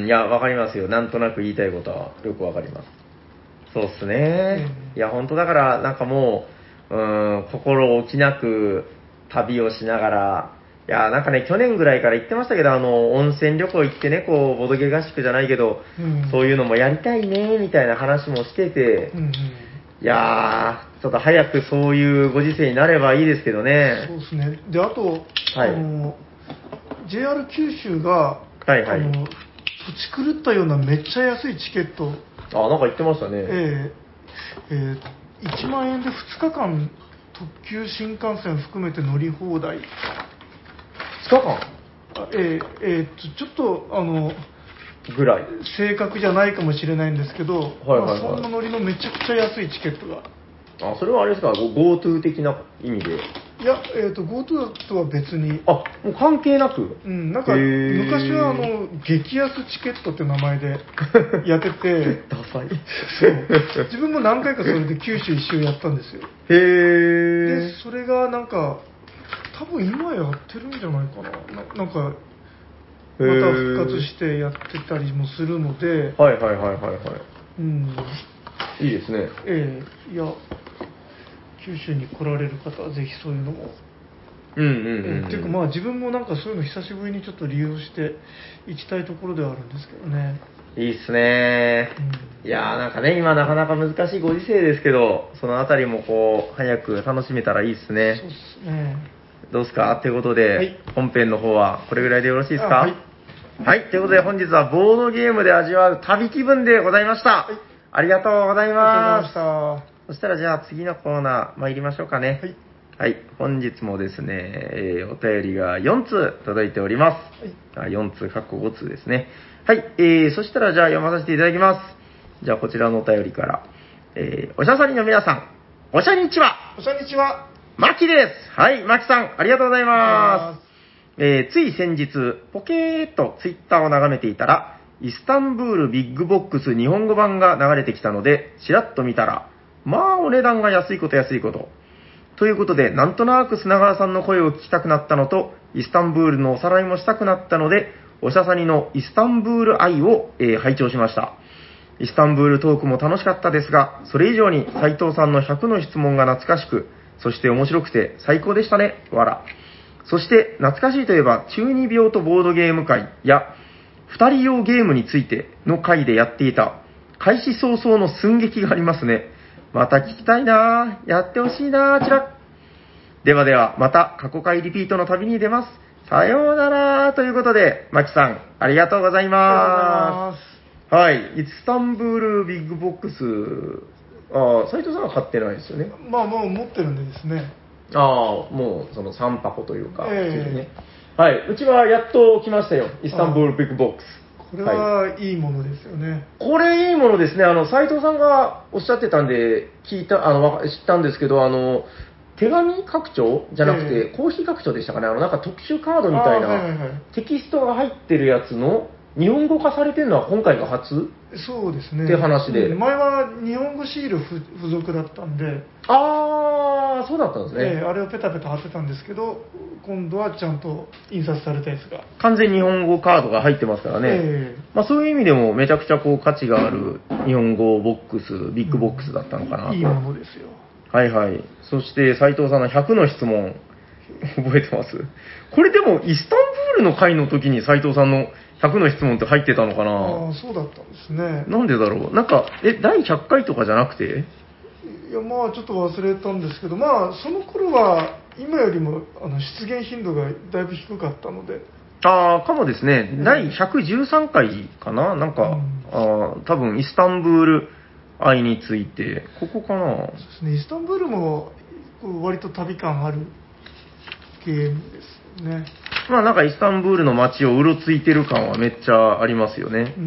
いや、わかりますよ。なんとなく言いたいことはよくわかります。そうっすね。いや、本当だから、なんかもう、心置きなく旅をしながら、いや、なんかね、去年ぐらいから言ってましたけど、温泉旅行行ってね、こう、ボドゲ合宿じゃないけど、そういうのもやりたいね、みたいな話もしてて、いやー、ちょっと早くそういうご時世になればいいですけどね。 そうですね。で、あと、JR 九州が、土地狂ったようなめっちゃ安いチケット。 なんか言ってましたね。 1万円で2日間、特急新幹線含めて乗り放題。 2日間ちょっと、 ぐらい正確じゃないかもしれないんですけど、そんなノリのめちゃくちゃ安いチケットが。 それはあれですか、GoTo 的な意味で。 いや、GoTo とは別に。 もう関係なく。 なんか、昔は激安チケットって名前でやってて、 ダサい。 そう。自分も何回かそれで九州一周やったんですよ。で、それがなんか、多分今やってるんじゃないかな。なんか、また復活してやってたりもするので、 いいですね。 いや、九州に来られる方はぜひそういうのも。っていうかまあ自分もなんかそういうの久しぶりにちょっと利用して行きたいところではあるんですけどね。 いいっすね。いやーなんかね、今なかなか難しいご時世ですけど、そのあたりもこう、早く楽しめたらいいっすね。 そうですね。 どうですかということで、本編の方はこれぐらいでよろしいですか？はい、ということで本日はボードゲームで味わう旅気分でございました。ありがとうございます。そしたらじゃあ次のコーナー参りましょうかね。はい、本日もですね、お便りが4通届いております。4通、かっこ5通ですね。はい、そしたらじゃあ読まさせていただきます。じゃあこちらのお便りから。おしゃさりの皆さん、おしゃにちは。 おしゃにちは。 マキです。はい、マキさん、ありがとうございます。つい先日、ポケーっとツイッターを眺めていたら、イスタンブールビッグボックス日本語版が流れてきたので、ちらっと見たら、まあお値段が安いこと安いこと。ということで、なんとなく砂川さんの声を聞きたくなったのと、イスタンブールのおさらいもしたくなったので、おしゃさにのイスタンブール愛を、拝聴しました。イスタンブールトークも楽しかったですが、それ以上に斉藤さんの100の質問が懐かしく、そして面白くて最高でしたね。わら。そして懐かしいといえば中二病とボードゲーム会や2人用ゲームについての回でやっていた開始早々の寸劇がありますね。また聞きたいなぁ。やってほしいなぁ、ちら。ではでは、また過去回リピートの旅に出ます。さようならということで、マキさん、ありがとうございます。はい。イスタンブールビッグボックス、斉藤さんは買ってないですよね。 まあもう持ってるんでですね。 もうその3箱というか、ね、はい、うちはやっと来ましたよ、イスタンブールビッグボックス。 これはいいものですよね。 これいいものですね。斉藤さんがおっしゃってたんで、知ったんですけど、手紙拡張じゃなくて、コーヒー拡張でしたかね。なんか特殊カードみたいな、テキストが入ってるやつの、 日本語化されてるのは今回が初そうですね。 って話で。 前は日本語シール付属だったんで。 あー、そうだったんですね。 あれをペタペタ貼ってたんですけど、今度はちゃんと印刷されたやつが。 完全日本語カードが入ってますからね。まあそういう意味でもめちゃくちゃこう価値がある日本語ボックス、ビッグボックスだったのかなと。 いいものですよ。 はいはい。そして斉藤さんの100の質問、覚えてます？これでもイスタンブールの会の時に斉藤さんの100の質問って入ってたのかな。 ああ、そうだったんですね。 なんでだろう。なんか、第100回とかじゃなくて？ いや、まあちょっと忘れたんですけど、まあその頃は今よりも出現頻度がだいぶ低かったので。 ああ、かもですね。第113回かななんか、多分イスタンブール愛について、ここかな。 そうですね、イスタンブールも割と旅感あるゲームですね。 まあなんかイスタンブールの街をうろついてる感はめっちゃありますよね。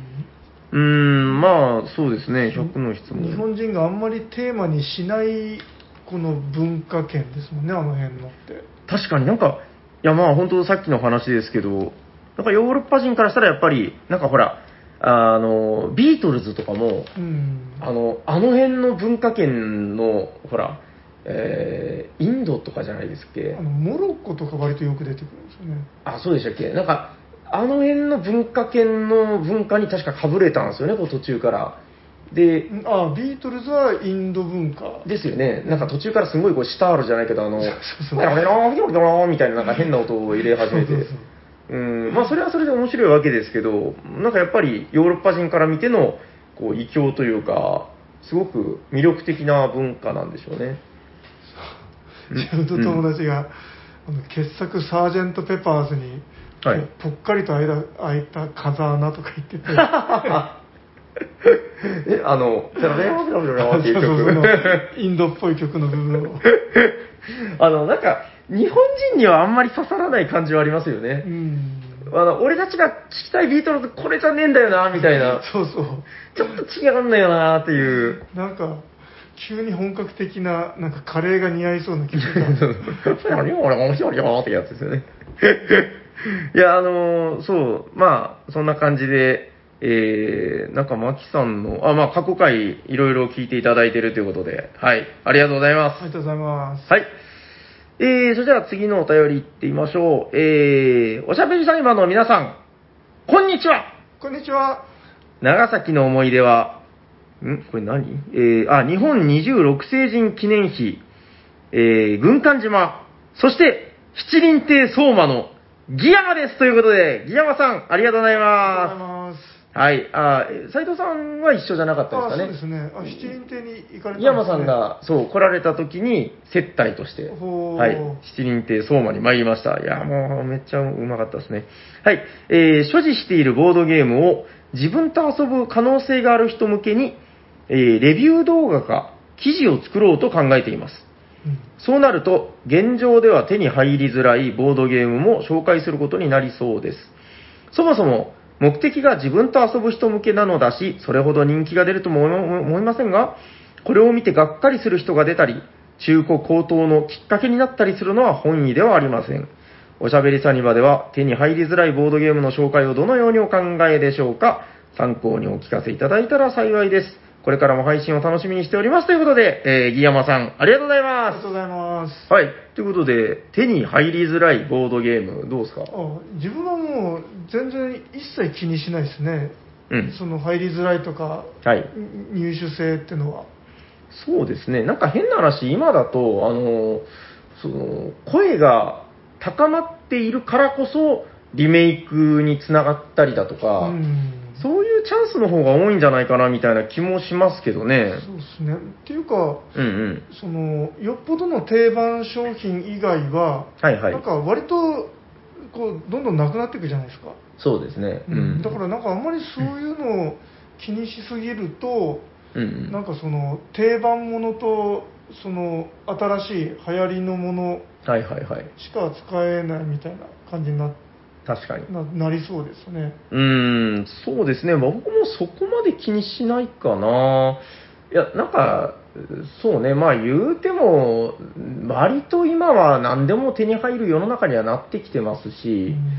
まあそうですね、100の質問。 日本人があんまりテーマにしないこの文化圏ですもんね、あの辺のって。 確かになんか、いやまあ本当さっきの話ですけど、なんかヨーロッパ人からしたらやっぱり、なんかほら、ビートルズとかも、あの辺の文化圏の、ほら、インドとかじゃないですっけ。 モロッコとか割とよく出てくるんですよね。 あ、そうでしたっけ。なんか、あの辺の文化圏の文化に確かかぶれたんですよね、こう途中から。で、 ビートルズはインド文化ですよね。なんか途中からすごいこうシタールじゃないけど、みたいななんか変な音を入れ始めて。まあそれはそれで面白いわけですけど、なんかやっぱりヨーロッパ人から見てのこう異教というか、すごく魅力的な文化なんでしょうね。 自分と友達が、傑作サージェント・ペパーズに、はい、ぽっかりと開いた風穴とか言ってて。ペラペラっていう曲。インドっぽい曲の部分を。 なんか、日本人にはあんまり刺さらない感じはありますよね。俺たちが聞きたいビートルズこれじゃねえんだよな、みたいな。 そうそう。 ちょっと違うんだよな、っていう。 なんか、急に本格的な、なんかカレーが似合いそうな気がする。俺面白いよってやつですよね。いや、そう、まあ、そんな感じで、なんか、マキさんの、まあ、過去回、いろいろ聞いていただいているということで、はい、ありがとうございます。 ありがとうございます。 はい。それでは次のお便り行ってみましょう。おしゃべりサニバの皆さん、こんにちは。 こんにちは。 長崎の思い出は、これ何？日本26世人記念碑、軍艦島、そして、七輪亭相馬のギヤマですということで、ギヤマさん、ありがとうございます。 ありがとうございます。 はい。斉藤さんは一緒じゃなかったですかね。 そうですね。七輪亭に行かれたんですね。 ギヤマさんが、そう、来られた時に、接待として、はい、七輪亭相馬に参りました。いや、もう、めっちゃうまかったですね。はい。所持しているボードゲームを自分と遊ぶ可能性がある人向けに、レビュー動画か記事を作ろうと考えています。そうなると、現状では手に入りづらいボードゲームも紹介することになりそうです。そもそも、目的が自分と遊ぶ人向けなのだし、それほど人気が出るとも思いませんが、これを見てがっかりする人が出たり、中古高騰のきっかけになったりするのは本意ではありません。おしゃべりサニバでは手に入りづらいボードゲームの紹介をどのようにお考えでしょうか。参考にお聞かせいただいたら幸いです。これからも配信を楽しみにしておりますということで、ギヤマさん、ありがとうございます。 ありがとうございます。 はい。ということで、手に入りづらいボードゲーム、どうですか？ 自分はもう、全然一切気にしないですね。その入りづらいとか、はい、入手性っていうのは。 そうですね。なんか変な話、今だと、その、声が高まっているからこそ、リメイクにつながったりだとか、そういうチャンスの方が多いんじゃないかなみたいな気もしますけどね。 そうですね。っていうか、そのよっぽどの定番商品以外は、なんか割とこうどんどんなくなっていくじゃないですか。 そうですね。 だからなんかあんまりそういうのを気にしすぎると、なんかその定番ものとその新しい流行りのものしか使えないみたいな感じになって。 確かになりそうですね。 そうですね。僕もそこまで気にしないかな。いや、なんか、そうね、まあ言うても、割と今は何でも手に入る世の中にはなってきてますし、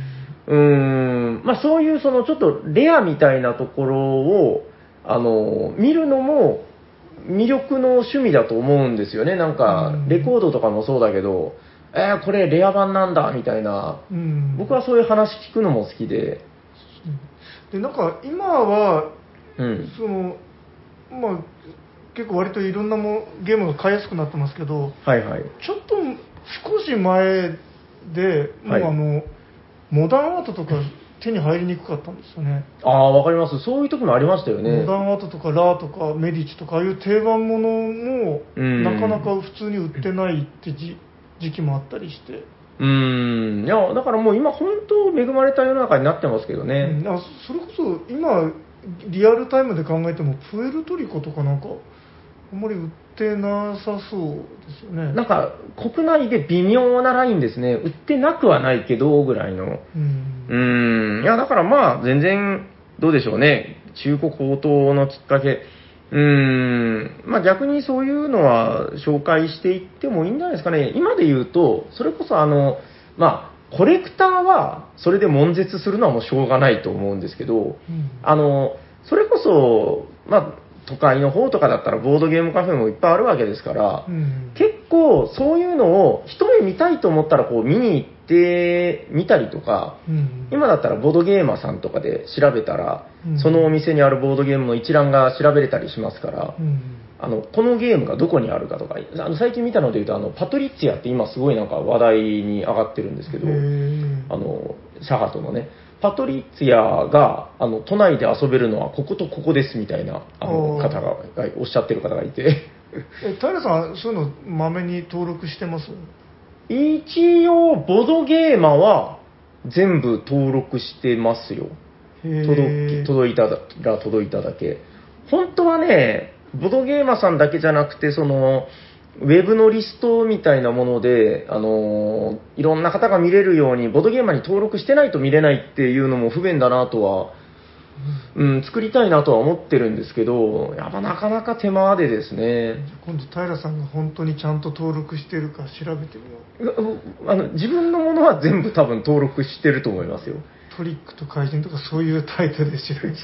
まあそういうそのちょっとレアみたいなところを、見るのも魅力の趣味だと思うんですよね。なんか、レコードとかもそうだけど、これレア版なんだ、みたいな。僕はそういう話聞くのも好きで。 で、なんか今は、その、まあ、結構割といろんなゲームが買いやすくなってますけど、 はいはい。 ちょっと少し前で、もうモダンアートとか手に入りにくかったんですよね。 わかります。そういう時もありましたよね。 モダンアートとかラーとかメディチとか、ああいう定番ものも、なかなか普通に売ってないって時期もあったりして。 いや、だからもう今本当恵まれた世の中になってますけどね。 それこそ今、リアルタイムで考えても、プエルトリコとかなんか、あんまり売ってなさそうですよね。 なんか、国内で微妙なラインですね。売ってなくはないけど、ぐらいの。いや、だからまあ、全然、どうでしょうね。中古高騰のきっかけ。まあ逆にそういうのは紹介していってもいいんじゃないですかね。今で言うと、それこそまあ、コレクターはそれで悶絶するのはもうしょうがないと思うんですけど、それこそ、まあ、都会の方とかだったらボードゲームカフェもいっぱいあるわけですから、結構そういうのを一目見たいと思ったらこう見に行ってみたりとか、今だったらボードゲーマーさんとかで調べたら、そのお店にあるボードゲームの一覧が調べれたりしますから、このゲームがどこにあるかとか、最近見たので言うとパトリッツィアって今すごいなんか話題に上がってるんですけど、シャハトのね、パトリッツィアが都内で遊べるのはこことここですみたいな方がおっしゃってる方がいて平さん、そういうのまめに登録してます？ 一応ボードゲーマーは全部登録してますよ。届いただけ。本当はね、ボードゲーマーさんだけじゃなくて、そのウェブのリストみたいなもので、いろんな方が見れるように、ボードゲーマーに登録してないと見れないっていうのも不便だなとは、作りたいなとは思ってるんですけど、やっぱなかなか手間でですね。 今度、平さんが本当にちゃんと登録してるか調べてみよう。自分のものは全部多分登録してると思いますよ。 トリックと怪人とかそういうタイトルでしてます。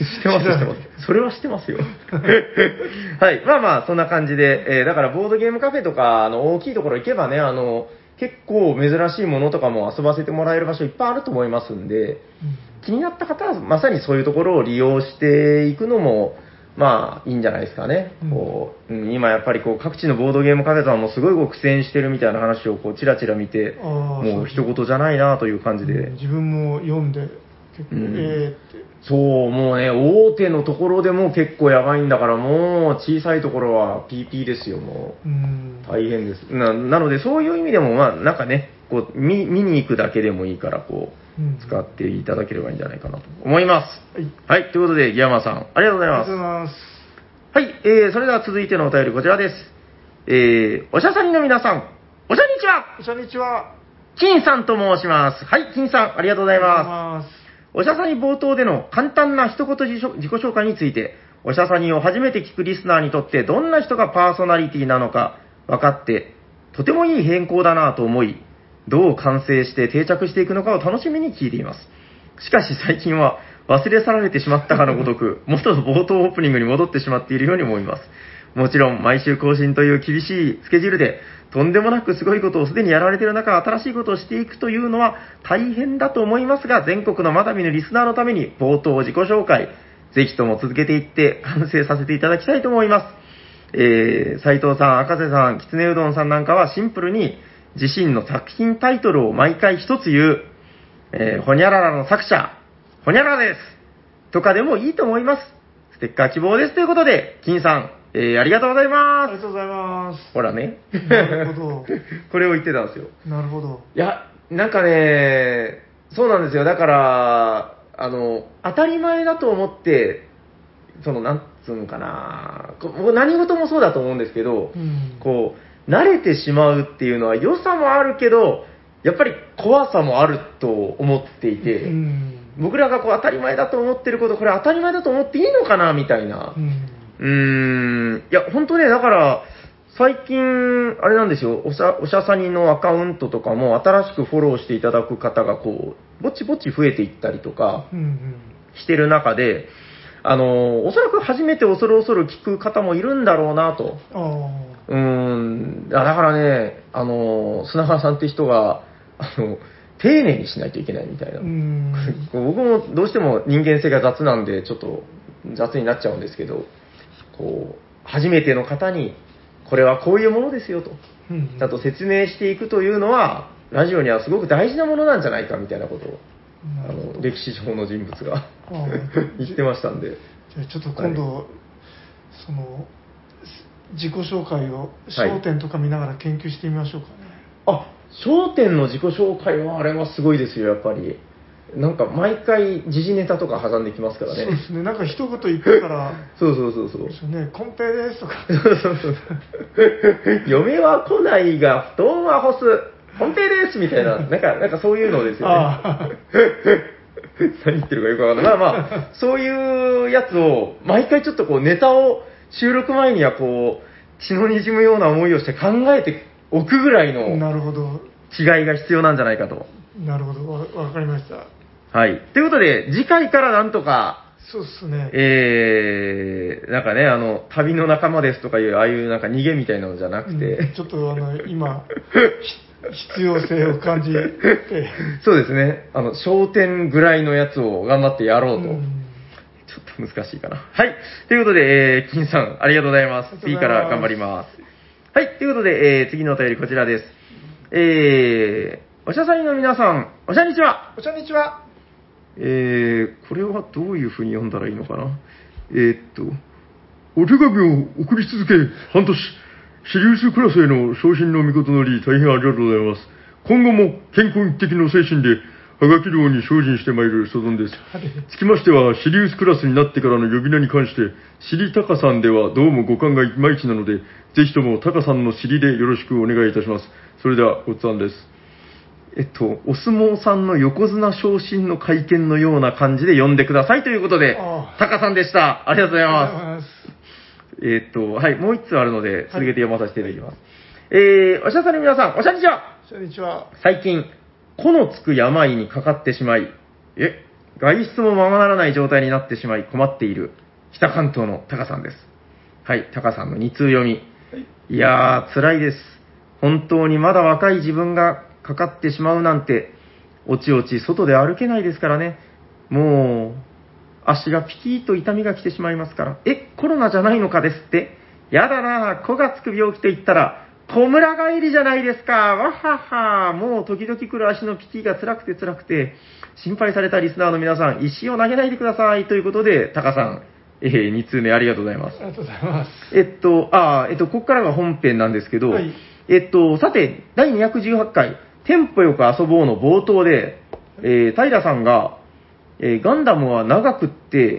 それはしてますよ。はい。まあまあ、そんな感じで、だからボードゲームカフェとか、大きいところ行けばね、結構珍しいものとかも遊ばせてもらえる場所いっぱいあると思いますんで、気になった方はまさにそういうところを利用していくのも、まあ、いいんじゃないですかね。今やっぱり各地のボードゲームカフェさんもすごい苦戦してるみたいな話をチラチラ見て、もう一言じゃないなという感じで。 自分も読んで、結構、って。 そう、もうね、大手のところでも結構やばいんだから、もう小さいところは PP ですよ、もう。大変です。なので、そういう意味でも、まあ、なんかね、見に行くだけでもいいから、使っていただければいいんじゃないかなと思います。はい、ということで、ギヤマさん、ありがとうございます。 ありがとうございます。 はい、それでは続いてのお便りこちらです。おしゃさにの皆さん、おしゃにちは。 おしゃにちは。 金さんと申します。はい、金さん、ありがとうございます。おしゃさに冒頭での簡単な一言自己紹介について、おしゃさにを初めて聞くリスナーにとってどんな人がパーソナリティなのか分かって、とてもいい変更だなと思い、どう完成して定着していくのかを楽しみに聞いています。しかし最近は忘れ去られてしまったかのごとく、元の冒頭オープニングに戻ってしまっているように思います。もちろん毎週更新という厳しいスケジュールで、とんでもなくすごいことをすでにやられている中、新しいことをしていくというのは大変だと思いますが、全国のまだ見ぬリスナーのために冒頭自己紹介、ぜひとも続けていって完成させていただきたいと思います。斉藤さん、赤瀬さん、きつねうどんさんなんかはシンプルに自身の作品タイトルを毎回一つ言う、ほにゃららの作者、ほにゃららですとかでもいいと思います。ステッカー希望ですということで、金さん、ありがとうございます。 ありがとうございます。 ほらね。 なるほど。 これを言ってたんですよ。 なるほど。 いや、なんかね、そうなんですよ。だから、当たり前だと思って、なんつうのかな、何事もそうだと思うんですけど、慣れてしまうっていうのは良さもあるけど、やっぱり怖さもあると思っていて、僕らが当たり前だと思ってること、これ当たり前だと思っていいのかなみたいな。いや、本当ね、だから、 最近、あれなんですよ、おしゃさにのアカウントとかも新しくフォローしていただく方がこう、ぼちぼち増えていったりとかしてる中で、おそらく初めて恐る恐る聞く方もいるんだろうなと。だからね、砂川さんって人が、丁寧にしないといけないみたいな。僕もどうしても人間性が雑なんで、ちょっと雑になっちゃうんですけど、こう、初めての方に、これはこういうものですよと、ちゃんと説明していくというのは、ラジオにはすごく大事なものなんじゃないかみたいなことを、歴史上の人物が言ってましたんで。 じゃあちょっと今度、はい、その、自己紹介を、焦点とか見ながら研究してみましょうかね。 あ、焦点の自己紹介はあれはすごいですよ、やっぱり。なんか毎回時事ネタとか挟んできますからね。 そうですね。なんか一言言ってから。 そうそうそうそう。 ですね。コンペですとか。 そうそうそう。嫁は来ないが布団は干す。コンペですみたいな、なんかそういうのですよね。何言ってるかよくわかんない。まあまあ、そういうやつを、毎回ちょっとこうネタを収録前にはこう、血の滲むような思いをして考えておくぐらいの違いが必要なんじゃないかと。 なるほど。わかりました。 はい。ということで、次回からなんとか、 そうですね。 なんかね、旅の仲間ですとかいう、ああいうなんか逃げみたいなのじゃなくて、 ちょっと今、必要性を感じて。 そうですね。焦点ぐらいのやつを頑張ってやろうと。ちょっと難しいかな。はい。ということで、金さん、ありがとうございます。次から頑張ります。はい。ということで、次のお便りこちらです。おしゃさんの皆さん、おしゃにちは。 おしゃにちは。 これはどういう風に読んだらいいのかな。お手紙を送り続け、半年。シリウスクラスへの昇進の御事のり、大変ありがとうございます。今後も健康一滴の精神で、はがき量に精進してまいる所存です。つきましては、シリウスクラスになってからの呼び名に関して、尻高さんではどうも五感がいまいちなので、ぜひとも高さんの尻でよろしくお願いいたします。それでは、ごっつぁんです。お相撲さんの横綱昇進の会見のような感じで呼んでくださいということで、タカさんでした。ありがとうございます。はい、もう一つあるので、続けて読まさせていただきます。おしゃさんの皆さん、おしゃにちは。 おしゃにちは。 最近、子のつく病にかかってしまい、外出もままならない状態になってしまい困っている、北関東のタカさんです。はい、タカさんの2通読み。いやー、辛いです。本当にまだ若い自分がかかってしまうなんて、おちおち外で歩けないですからね。もう、足がピキーと痛みが来てしまいますから。コロナじゃないのかですって。やだなぁ、子がつく病気と言ったら、小村帰りじゃないですか。わはは。もう時々来る足のピキが辛くて、心配されたリスナーの皆さん、石を投げないでください。ということで、タカさん、2通目ありがとうございます。 ありがとうございます。 ここからが本編なんですけど、 はい、 さて、第218回、テンポよく遊ぼうの冒頭で、平さんが、ガンダムは長くって、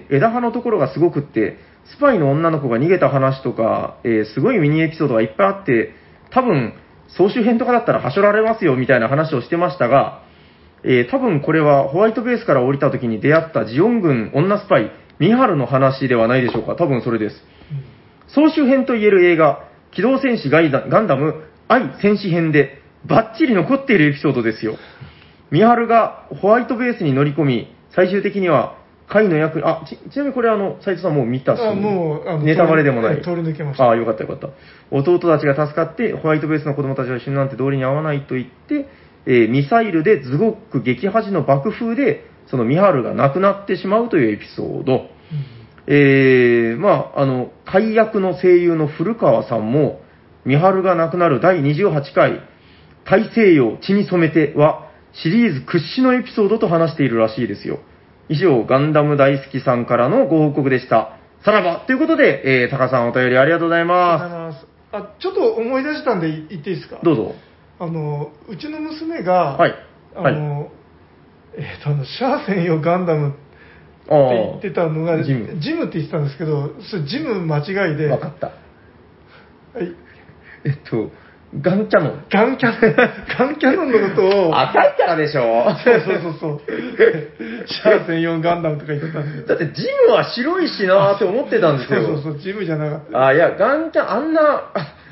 枝葉のところがすごくって、スパイの女の子が逃げた話とか、すごいミニエピソードがいっぱいあって、多分、総集編とかだったらはしょられますよみたいな話をしてましたが、多分これはホワイトベースから降りた時に出会ったジオン軍女スパイ、ミハルの話ではないでしょうか。多分それです。総集編と言える映画、機動戦士ガンダム愛戦士編でバッチリ残っているエピソードですよ。ミハルがホワイトベースに乗り込み、最終的には会の役、ちなみにこれ斉藤さんもう見たし、 もうネタバレでもない。 通り抜けました。 よかったよかった。弟たちが助かって、ホワイトベースの子供たちが死ぬなんて道理に合わないと言って、ミサイルでズゴック撃破時の爆風で、そのミハルが亡くなってしまうというエピソード。解約の声優の古川さんも、ミハルが亡くなる第28回、大西洋血に染めては、シリーズ屈指のエピソードと話しているらしいですよ。以上、ガンダム大好きさんからのご報告でした。さらばということで、タカさんお便りありがとうございます。 ちょっと思い出したんで言っていいですか？ どうぞ。 うちの娘が、 はい。 シャア専用ガンダムって言ってたのが、ジムって言ってたんですけど、それジム間違いで。 わかった。 はい。 ガンキャノン。 ガンキャノンのことを。 赤いからでしょ。 そう。シャア専用ガンダムとか言ってたんですよ。 だってジムは白いしなーって思ってたんですよ。 そう、ジムじゃなかった。 いや、ガンキャ、あんな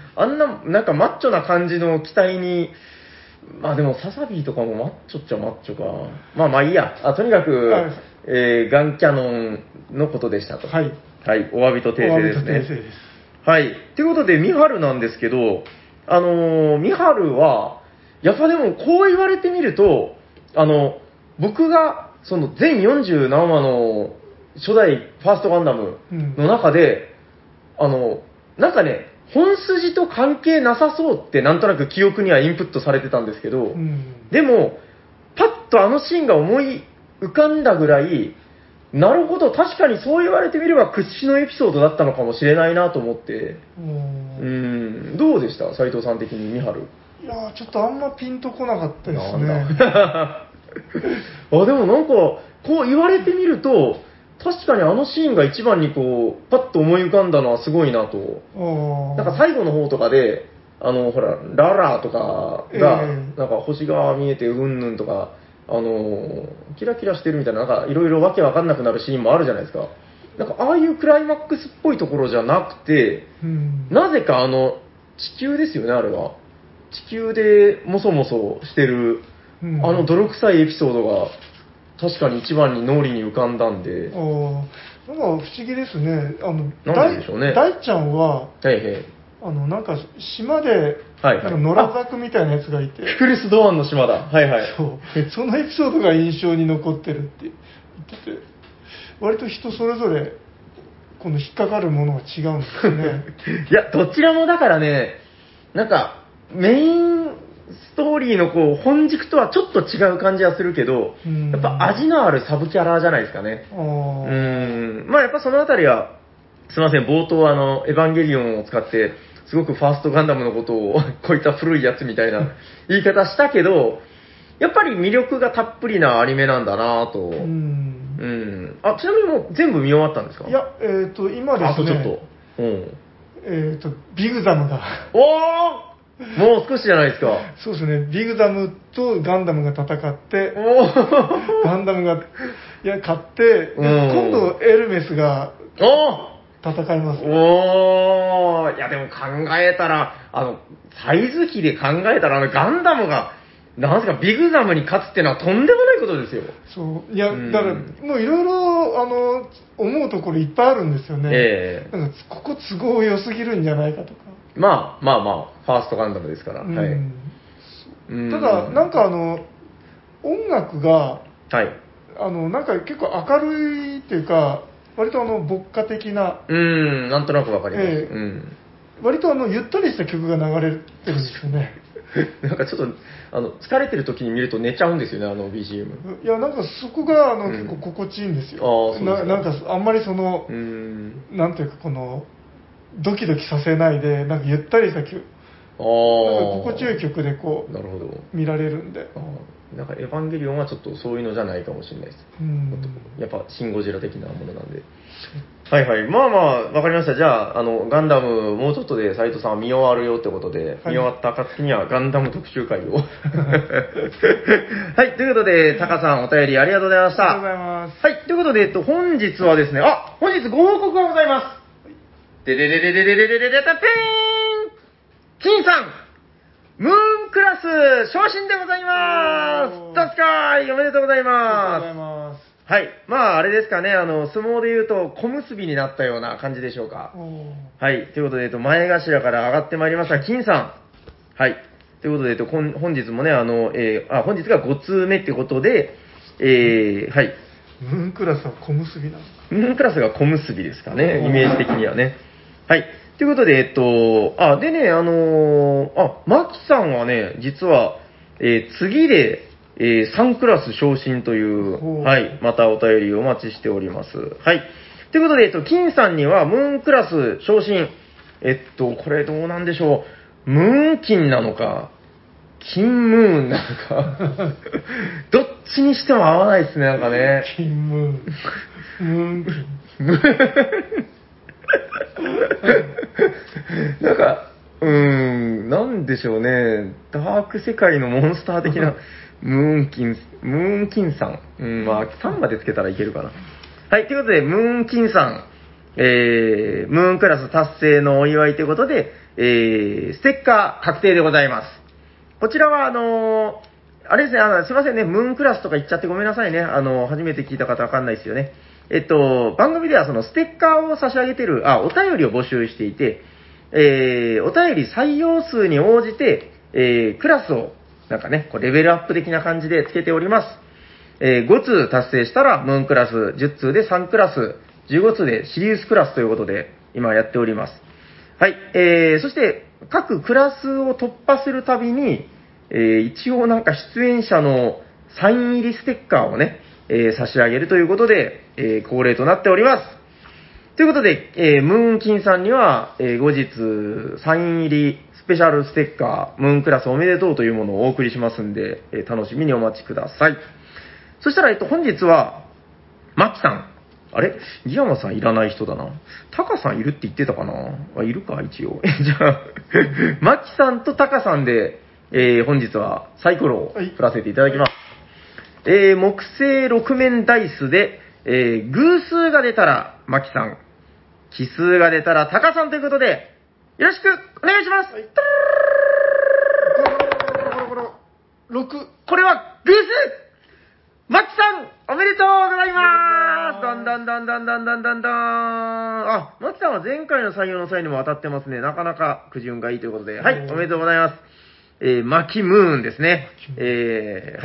あんな、なんかマッチョな感じの機体に、まあでも、ササビーとかもマッチョっちゃマッチョか。まあまあいいや。とにかく、 はいガンキャノンのことでしたと。 はい。 はい、お詫びと訂正ですね。 お詫びと訂正です。 はい。ということで、ミハルなんですけど、ミハルは、やっぱでもこう言われてみると、僕が、その全40何話の初代ファーストガンダムの中で、なんかね、本筋と関係なさそうってなんとなく記憶にはインプットされてたんですけど、でも、パッとあのシーンが思い浮かんだぐらい、なるほど、確かにそう言われてみれば屈指のエピソードだったのかもしれないなと思って、どうでした斉藤さん的にミハル。 いやー、ちょっとあんまピンとこなかったですね。 なんだでもなんか、こう言われてみると、確かにあのシーンが一番にこう、パッと思い浮かんだのはすごいなと。なんか最後の方とかで、ほら、ララとかが、なんか星が見えてうんぬんとか、キラキラしてるみたいな、なんかいろいろわけわかんなくなるシーンもあるじゃないですか。なんかああいうクライマックスっぽいところじゃなくて、なぜか地球ですよね、あれは。地球でもそもそしてる、泥臭いエピソードが、確かに一番に脳裏に浮かんだんで。 なんか不思議ですね。 なんででしょうね。 大ちゃんは、 はいなんか島で、なんか野良ザクみたいなやつがいて。 クルス・ドアンの島だ。はいはい。 そのエピソードが印象に残ってるって言ってて、割と人それぞれ、この引っかかるものが違うんですね。 いや、どちらもだからね、なんか、メインストーリーのこう本軸とはちょっと違う感じはするけど、やっぱ味のあるサブキャラじゃないですかね。まあやっぱそのあたりは、すみません、冒頭エヴァンゲリオンを使って、すごくファーストガンダムのことを、こういった古いやつみたいな言い方したけど、やっぱり魅力がたっぷりなアニメなんだなぁと。ちなみにもう全部見終わったんですか？ いや、今ですね。 あとちょっと。ビグザムが。 もう少しじゃないですか。 そうですね。ビグザムとガンダムが戦って、ガンダムが勝って、今度エルメスが戦います。 いやでも考えたら、サイズ比で考えたら、ガンダムが、なんすか、ビグザムに勝つっていうのはとんでもないことですよ。 そう。いや、だから、もういろいろ、思うところいっぱいあるんですよね。なんかここ都合良すぎるんじゃないかとか。 まあ、ファーストガンダムですから。はい。 ただ、なんか音楽が、 はい。 なんか結構明るいっていうか、割と牧歌的な。 なんとなくわかります。 割とゆったりした曲が流れてるんですよね。 なんかちょっと、疲れてる時に見ると寝ちゃうんですよね、BGM。 いや、なんかそこが、結構心地いいんですよ。なんか、あんまりなんていうか、ドキドキさせないで、なんかゆったりした曲、なんか心地よい曲でなるほど見られるんで。 なんかエヴァンゲリオンはちょっとそういうのじゃないかもしれないです。やっぱシン・ゴジラ的なものなんで。はいはい。まあまあ、わかりました。じゃあ、ガンダム、もうちょっとで斉藤さんは見終わるよってことで、見終わった暁にはガンダム特集会を。はい、ということで、タカさんお便りありがとうございました。 ありがとうございます。 はい、ということで、本日はですね、本日ご報告がございます。ででででででででででたぺーん金さんムーンクラス昇進でございますタスカーイおめでとうございます。 ありがとうございます。 はい。まあ、あれですかね、相撲で言うと、小結びになったような感じでしょうか。はい。ということで、前頭から上がってまいりました、金さん。はい。ということで、本日もね、本日が5通目ってことで、はい。 ムーンクラスは小結びなのか。 ムーンクラスが小結びですかね、イメージ的にはね。はい。ということで、でね、マキさんはね、実は、次で、3クラス昇進という、はい、またお便りをお待ちしております。はい。ということで、金さんにはムーンクラス昇進、これどうなんでしょう。ムーン金なのか、金ムーンなのか、どっちにしても合わないですね、なんかね。 金ムーン。ムーン金。 なんか、なんでしょうね、ダーク世界のモンスター的な、ムーン金さん。まあ、3までつけたらいけるかな。はい、ということで、ムーン金さん、ムーンクラス達成のお祝いということで、 ステッカー確定でございます。こちらは、あれですね、すいませんね、ムーンクラスとか言っちゃってごめんなさいね。初めて聞いた方わかんないですよね。番組ではそのステッカーを差し上げてる、お便りを募集していて、お便り採用数に応じて、クラスを、なんかね、こうレベルアップ的な感じでつけております。5通達成したらムーンクラス、10通で3クラス、15通でシリウスクラスということで、今やっております。はい。そして、各クラスを突破するたびに、一応なんか出演者のサイン入りステッカーをね、差し上げるということで、恒例となっております。ということで、ムーンキンさんには、後日、サイン入りスペシャルステッカー、ムーンクラスおめでとうというものをお送りしますんで、楽しみにお待ちください。そしたら、本日は、マキさん。あれギヤマさんいらない人だな。タカさんいるって言ってたかないるか一応。じゃあ、マキさんとタカさんで、本日はサイコロを振らせていただきます。木星6面ダイスで、偶数が出たらマキさん、奇数が出たらタカさんということで、よろしくお願いします。はい、 6。 これは偶数マキさん、おめでとうございます。だんだんだんだんだんだんだんだん。マキさんは前回の採用の際にも当たってますね。なかなかくじ運がいいということで。はい、おめでとうございます。マキムーンですね。はい、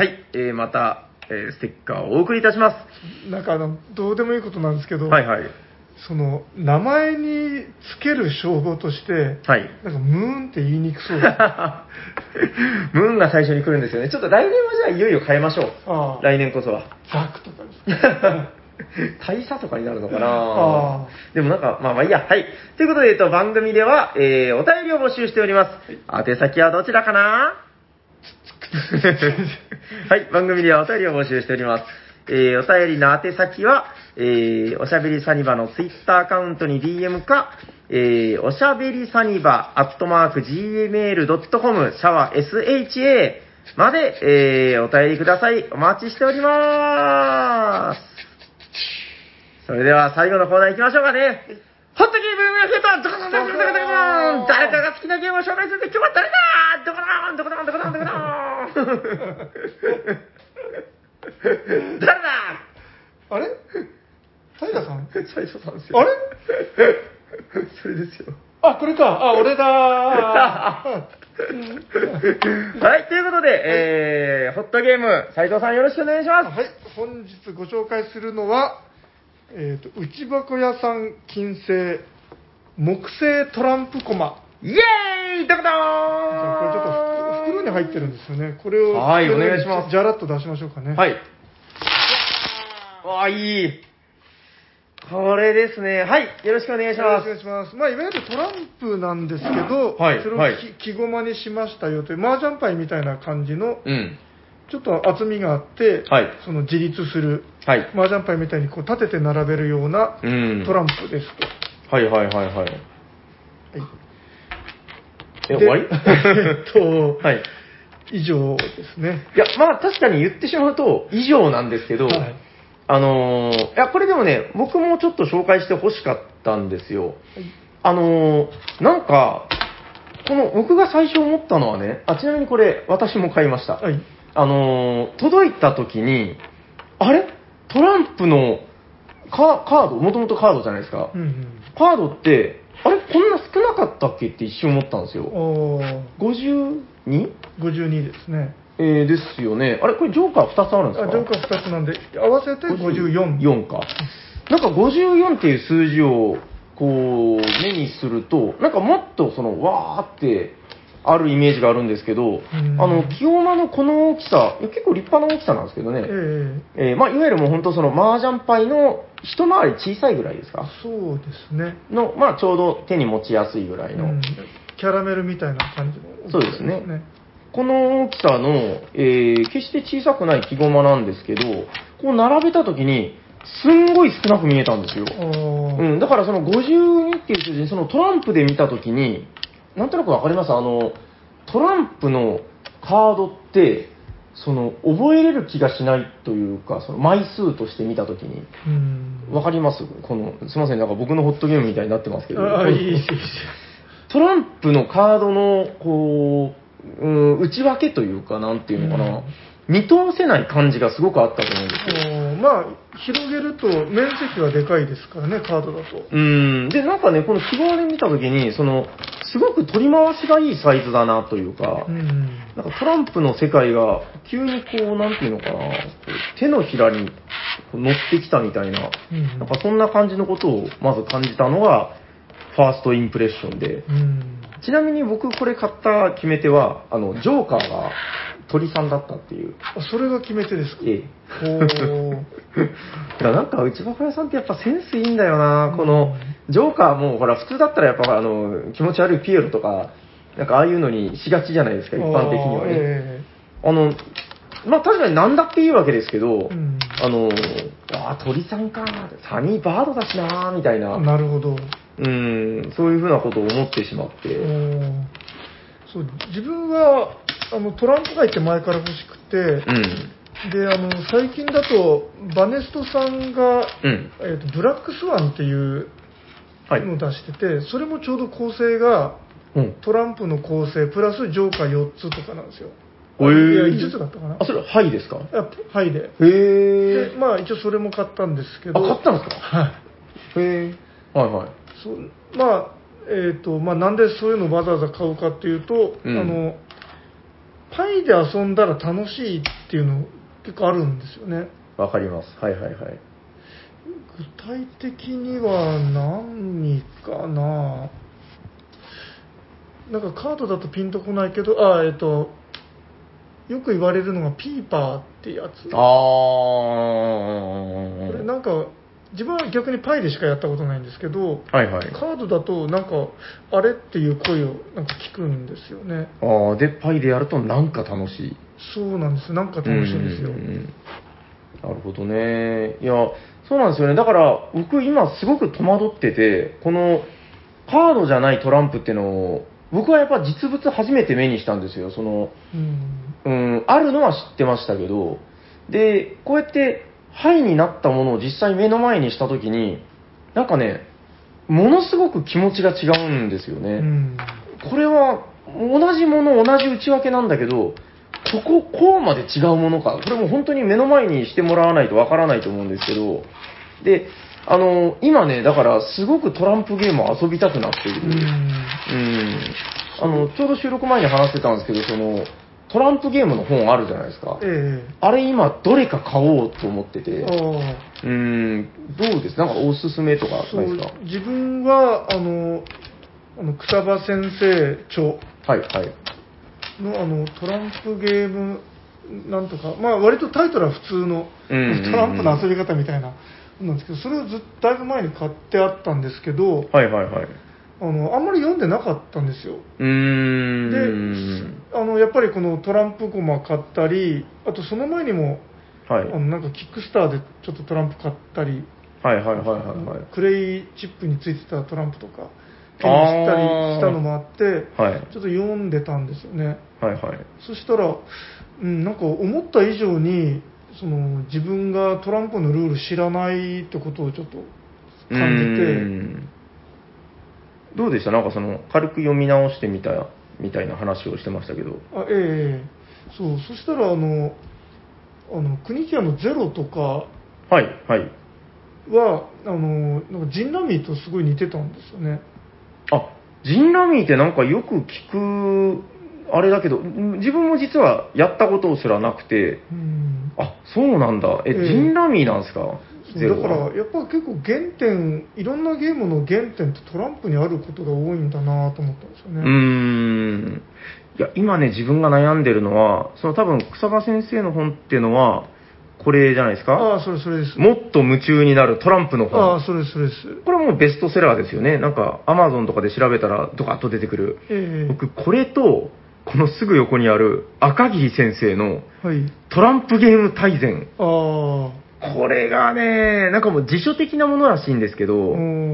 また、ステッカーをお送りいたします。 なんかどうでもいいことなんですけど、 はいはい。 名前につける称号として、 はい。 なんかムーンって言いにくそうです。 ムーンが最初に来るんですよね。ちょっと来年はじゃあいよいよ変えましょう。来年こそは。 ザクとかですか。 大佐とかになるのかなでもなんか、まあいいや。はい。ということで、番組では、お便りを募集しております。宛先はどちらかなはい。番組ではお便りを募集しております。お便りの宛先は、おしゃべりサニバのツイッターアカウントに DM か、おしゃべりサニバ@gmail.com シャワー SHA まで、お便りください。お待ちしております。それでは最後のコーナー行きましょうかね。ホットゲームやフェートドコドンドコドンドコドン誰かが好きなゲームを紹介するって今日は誰だドコドンドコドンドコドンドコドン誰だあれ斉田さん斉藤さんですよ。 あれそれですよ。 これか。俺だはい、ということで、ホットゲーム、斉藤さんよろしくお願いします。 はい、本日ご紹介するのは、内箱屋さん金星木製トランプコマ。 イエーイドコドーン。じゃあこれちょっと袋に入ってるんですよね。これをはい、お願いします。 じゃらっと出しましょうかね。 はい。いい。これですね。はい。よろしくお願いします。 よろしくお願いします。いわゆるトランプなんですけど、 はい、 それを木駒にしましたよという、麻雀牌みたいな感じの、ちょっと厚みがあって、その自立する、麻雀牌みたいにこう立てて並べるようなトランプですと。 はい。終わりはい。以上ですね。 いや、確かに言ってしまうと、以上なんですけど、いや、これでもね、僕もちょっと紹介してほしかったんですよ。なんか、僕が最初思ったのはね、ちなみにこれ、私も買いました。届いた時に、あれトランプのカード、もともとカードじゃないですか。カードって、あれこんな少なかったっけって一瞬思ったんですよ。52？52 ですね。 ですよね。あれこれジョーカー2つあるんですか？ ジョーカー2つなんで、合わせて54。 4か。なんか54っていう数字を、こう、目にすると、なんかもっとわーってあるイメージがあるんですけど、清間のこの大きさ、結構立派な大きさなんですけどね。いわゆるもう本当麻雀牌の一回り小さいぐらいですか？ そうですね。 の、ちょうど手に持ちやすいぐらいの。 キャラメルみたいな感じの大きさですね。 そうですね。この大きさの、決して小さくない木駒なんですけど、こう並べたときに、すんごい少なく見えたんですよ。だから52っていう数字、トランプで見たときに、なんとなくわかります？トランプのカードって、覚えれる気がしないというか、枚数として見たときに。わかります？すいません、なんか僕のホットゲームみたいになってますけど。 トランプのカードの、こう、内訳というか、なんていうのかな、見通せない感じがすごくあったと思うんですよ。 まあ、広げると面積はでかいですからね、カードだと。 で、なんかね、この記号で見たときに、すごく取り回しがいいサイズだなというか、なんかトランプの世界が急にこう、なんていうのかな、こう手のひらに乗ってきたみたいな、なんかそんな感じのことをまず感じたのが、ファーストインプレッションで、ちなみに僕これ買った決め手は、ジョーカーが鳥さんだったっていう。 それが決め手ですか？ ええ。だからなんか内箱屋さんってやっぱセンスいいんだよな、この、ジョーカーもほら普通だったらやっぱ気持ち悪いピエロとか、なんかああいうのにしがちじゃないですか、一般的にはね。まあ確かに何だっていいわけですけど、鳥さんか、サニーバードだしな、みたいな。 なるほど。 そういうふうなことを思ってしまって。 そう、自分は、トランプ界って前から欲しくて、で、最近だと、バネストさんが、ブラックスワンっていうのを出してて、それもちょうど構成が、トランプの構成、プラスジョーカー4つとかなんですよ。いや、5つだったかな。 それ、はいですか？ はいで。 で、 まあ、一応それも買ったんですけど。 買ったんですか？ はい。 はい。 まあ、なんでそういうのをわざわざ買うかっていうと、パイで遊んだら楽しいっていうの結構あるんですよね。 わかります。はい。 具体的には何かな。なんかカードだとピンとこないけど、よく言われるのがピーパーってやつ。これなんか、自分は逆にパイでしかやったことないんですけど、カードだとなんか、あれっていう声をなんか聞くんですよね。 で、パイでやるとなんか楽しい。 そうなんです。なんか楽しいんですよ。 なるほどね。いや、そうなんですよね。だから、僕今すごく戸惑ってて、このカードじゃないトランプっていうのを、僕はやっぱ実物初めて目にしたんですよ。あるのは知ってましたけど、で、こうやって、はいになったものを実際目の前にしたときに、なんかね、ものすごく気持ちが違うんですよね。これは、同じもの、同じ内訳なんだけど、こうまで違うものか。これも本当に目の前にしてもらわないとわからないと思うんですけど、で、今ね、だからすごくトランプゲームを遊びたくなっている。ちょうど収録前に話してたんですけど、トランプゲームの本あるじゃないですか。あれ今、どれか買おうと思ってて。どうですなんかおすすめとかないですか？ 自分は、草場先生著の、トランプゲームなんとか、まあ割とタイトルは普通のトランプの遊び方みたいななんですけど、それをだいぶ前に買ってあったんですけど、あんまり読んでなかったんですよ。で、やっぱりこのトランプコマ買ったり、あとその前にも、なんかキックスターでちょっとトランプ買ったり、クレイチップについてたトランプとか、手にしたりしたのもあって、ちょっと読んでたんですよね。そしたら、なんか思った以上に、自分がトランプのルール知らないってことをちょっと感じて、 どうでした？なんか軽く読み直してみたみたいな話をしてましたけど。 そしたら国木屋のゼロとかは、なんかジンラミーとすごい似てたんですよね。 ジンラミーってなんかよく聞く、あれだけど、自分も実はやったことすらなくて、そうなんだ。ジンラミーなんですか？ だからやっぱ結構原点、いろんなゲームの原点ってトランプにあることが多いんだなと思ったんですよね。 いや、今ね、自分が悩んでるのは、多分草場先生の本っていうのは、これじゃないですか？ それです。 もっと夢中になるトランプの本。 それです。 これもうベストセラーですよね。なんか、アマゾンとかで調べたらドカッと出てくる。僕、これと、このすぐ横にある赤桐先生のトランプゲーム大全。これがね、なんかもう辞書的なものらしいんですけど、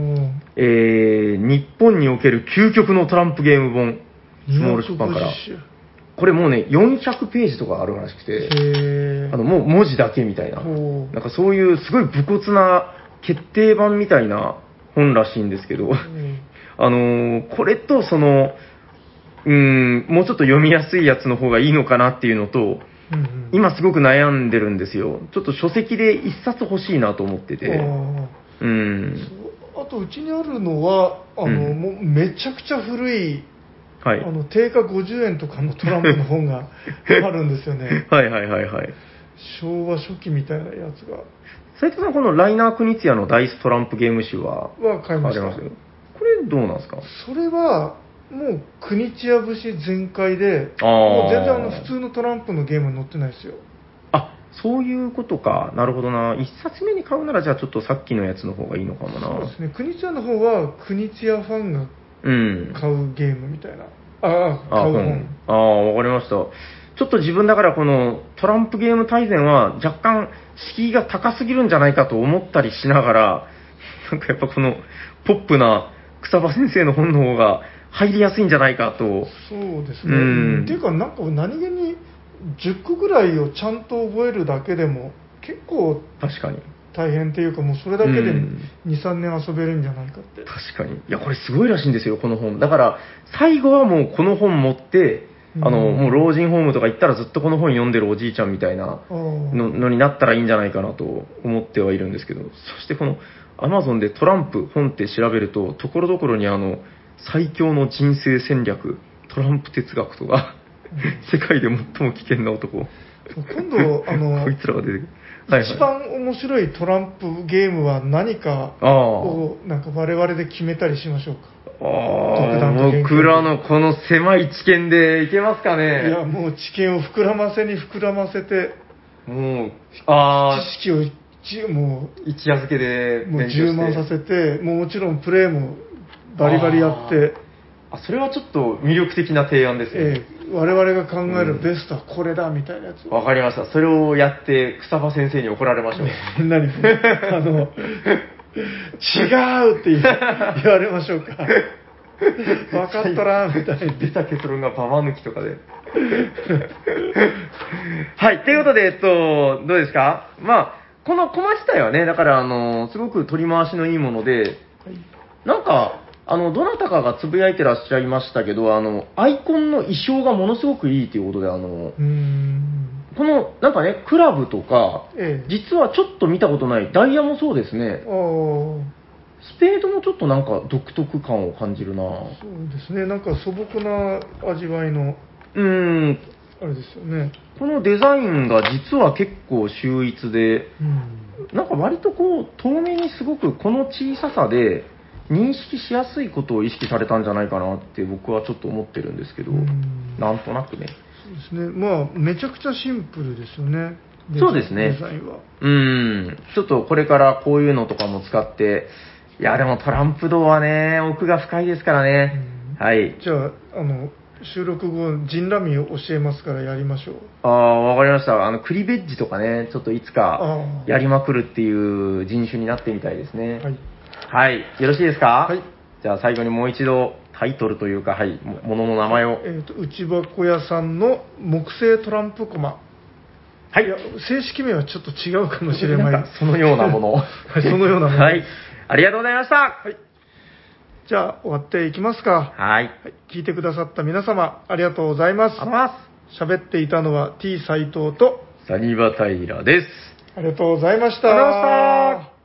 日本における究極のトランプゲーム本、スモール出版から。これもうね、400ページとかあるらしくて、もう文字だけみたいな。なんかそういうすごい武骨な決定版みたいな本らしいんですけど、 これともうちょっと読みやすいやつの方がいいのかなっていうのと、今すごく悩んでるんですよ。ちょっと書籍で一冊欲しいなと思ってて。 あとうちにあるのはもうめちゃくちゃ古い、はい、定価50円とかのトランプの本があるんですよね。 はいはいはいはい。 昭和初期みたいなやつが。 斉藤さん、このライナー・クニツヤのダイストランプゲーム集は買いました。これどうなんですか？ それはもうクニチヤ節全開で、もう全然普通のトランプのゲームに載ってないですよ。 あ、そういうことか。なるほどな。一冊目に買うなら、じゃあちょっとさっきのやつの方がいいのかもな。 そうですね。クニチヤの方はクニチヤファンが買うゲームみたいな。買う本。 わかりました。ちょっと自分だからこのトランプゲーム大全は若干敷居が高すぎるんじゃないかと思ったりしながら、なんかやっぱこのポップな草場先生の本の方が入りやすいんじゃないかと。 そうですね。っていうか、なんか何気に10個ぐらいをちゃんと覚えるだけでも結構確かに大変っていうか、もうそれだけで2、3年遊べるんじゃないかって。 確かに。いや、これすごいらしいんですよ、この本。だから、最後はもうこの本持って、もう老人ホームとか行ったらずっとこの本読んでるおじいちゃんみたいなのになったらいいんじゃないかなと思ってはいるんですけど、そしてこの Amazon でトランプ本って調べると、ところどころに最強の人生戦略、トランプ哲学とか、世界で最も危険な男。 今度、 こいつらが出てくる。 一番面白いトランプゲームは何かをなんか我々で決めたりしましょうか。 僕らのこの狭い知見でいけますかね。 いや、もう知見を膨らませて、 もう知識をもう一夜漬けでもう充満させて、もちろんプレイもバリバリやって。 それはちょっと魅力的な提案ですね。 我々が考えるベストはこれだみたいなやつ。 わかりました。それをやって草場先生に怒られましょう。 何違うって言われましょうか。分かったらみたいに出た結論がババ抜きとかで。はい、ということでどうですか？このコマ自体はね、だからすごく取り回しのいいもので、なんかどなたかがつぶやいてらっしゃいましたけど、アイコンの衣装がものすごくいいということで、この、なんかね、クラブとか、実はちょっと見たことない、ダイヤもそうですね。スペードもちょっとなんか独特感を感じるな。 そうですね、なんか素朴な味わいの、あれですよね。 このデザインが実は結構秀逸で、なんか割とこう、透明にすごくこの小ささで、認識しやすいことを意識されたんじゃないかなって僕はちょっと思ってるんですけど、なんとなくね。 そうですね。めちゃくちゃシンプルですよね。 そうですね。 デザインは。 ちょっとこれからこういうのとかも使って、いやでもトランプ道はね、奥が深いですからね。はい。 じゃあ、収録後、ジンラミを教えますからやりましょう。 わかりました。クリベッジとかね、ちょっといつかやりまくるっていう人種になってみたいですね。はい。はい。よろしいですか？はい。じゃあ最後にもう一度タイトルというか、はい、ものの名前を。 内箱屋さんの木製トランプコマ。はい。いや、正式名はちょっと違うかもしれない。 なんかそのようなもの。 はい、そのようなもの。 はい。ありがとうございました。はい。 じゃあ終わっていきますか。 はい。 聞いてくださった皆様、ありがとうございます。 ありがとうございます。 喋っていたのは T 斎藤とサニバタイラです。 ありがとうございました。 ありがとうございました。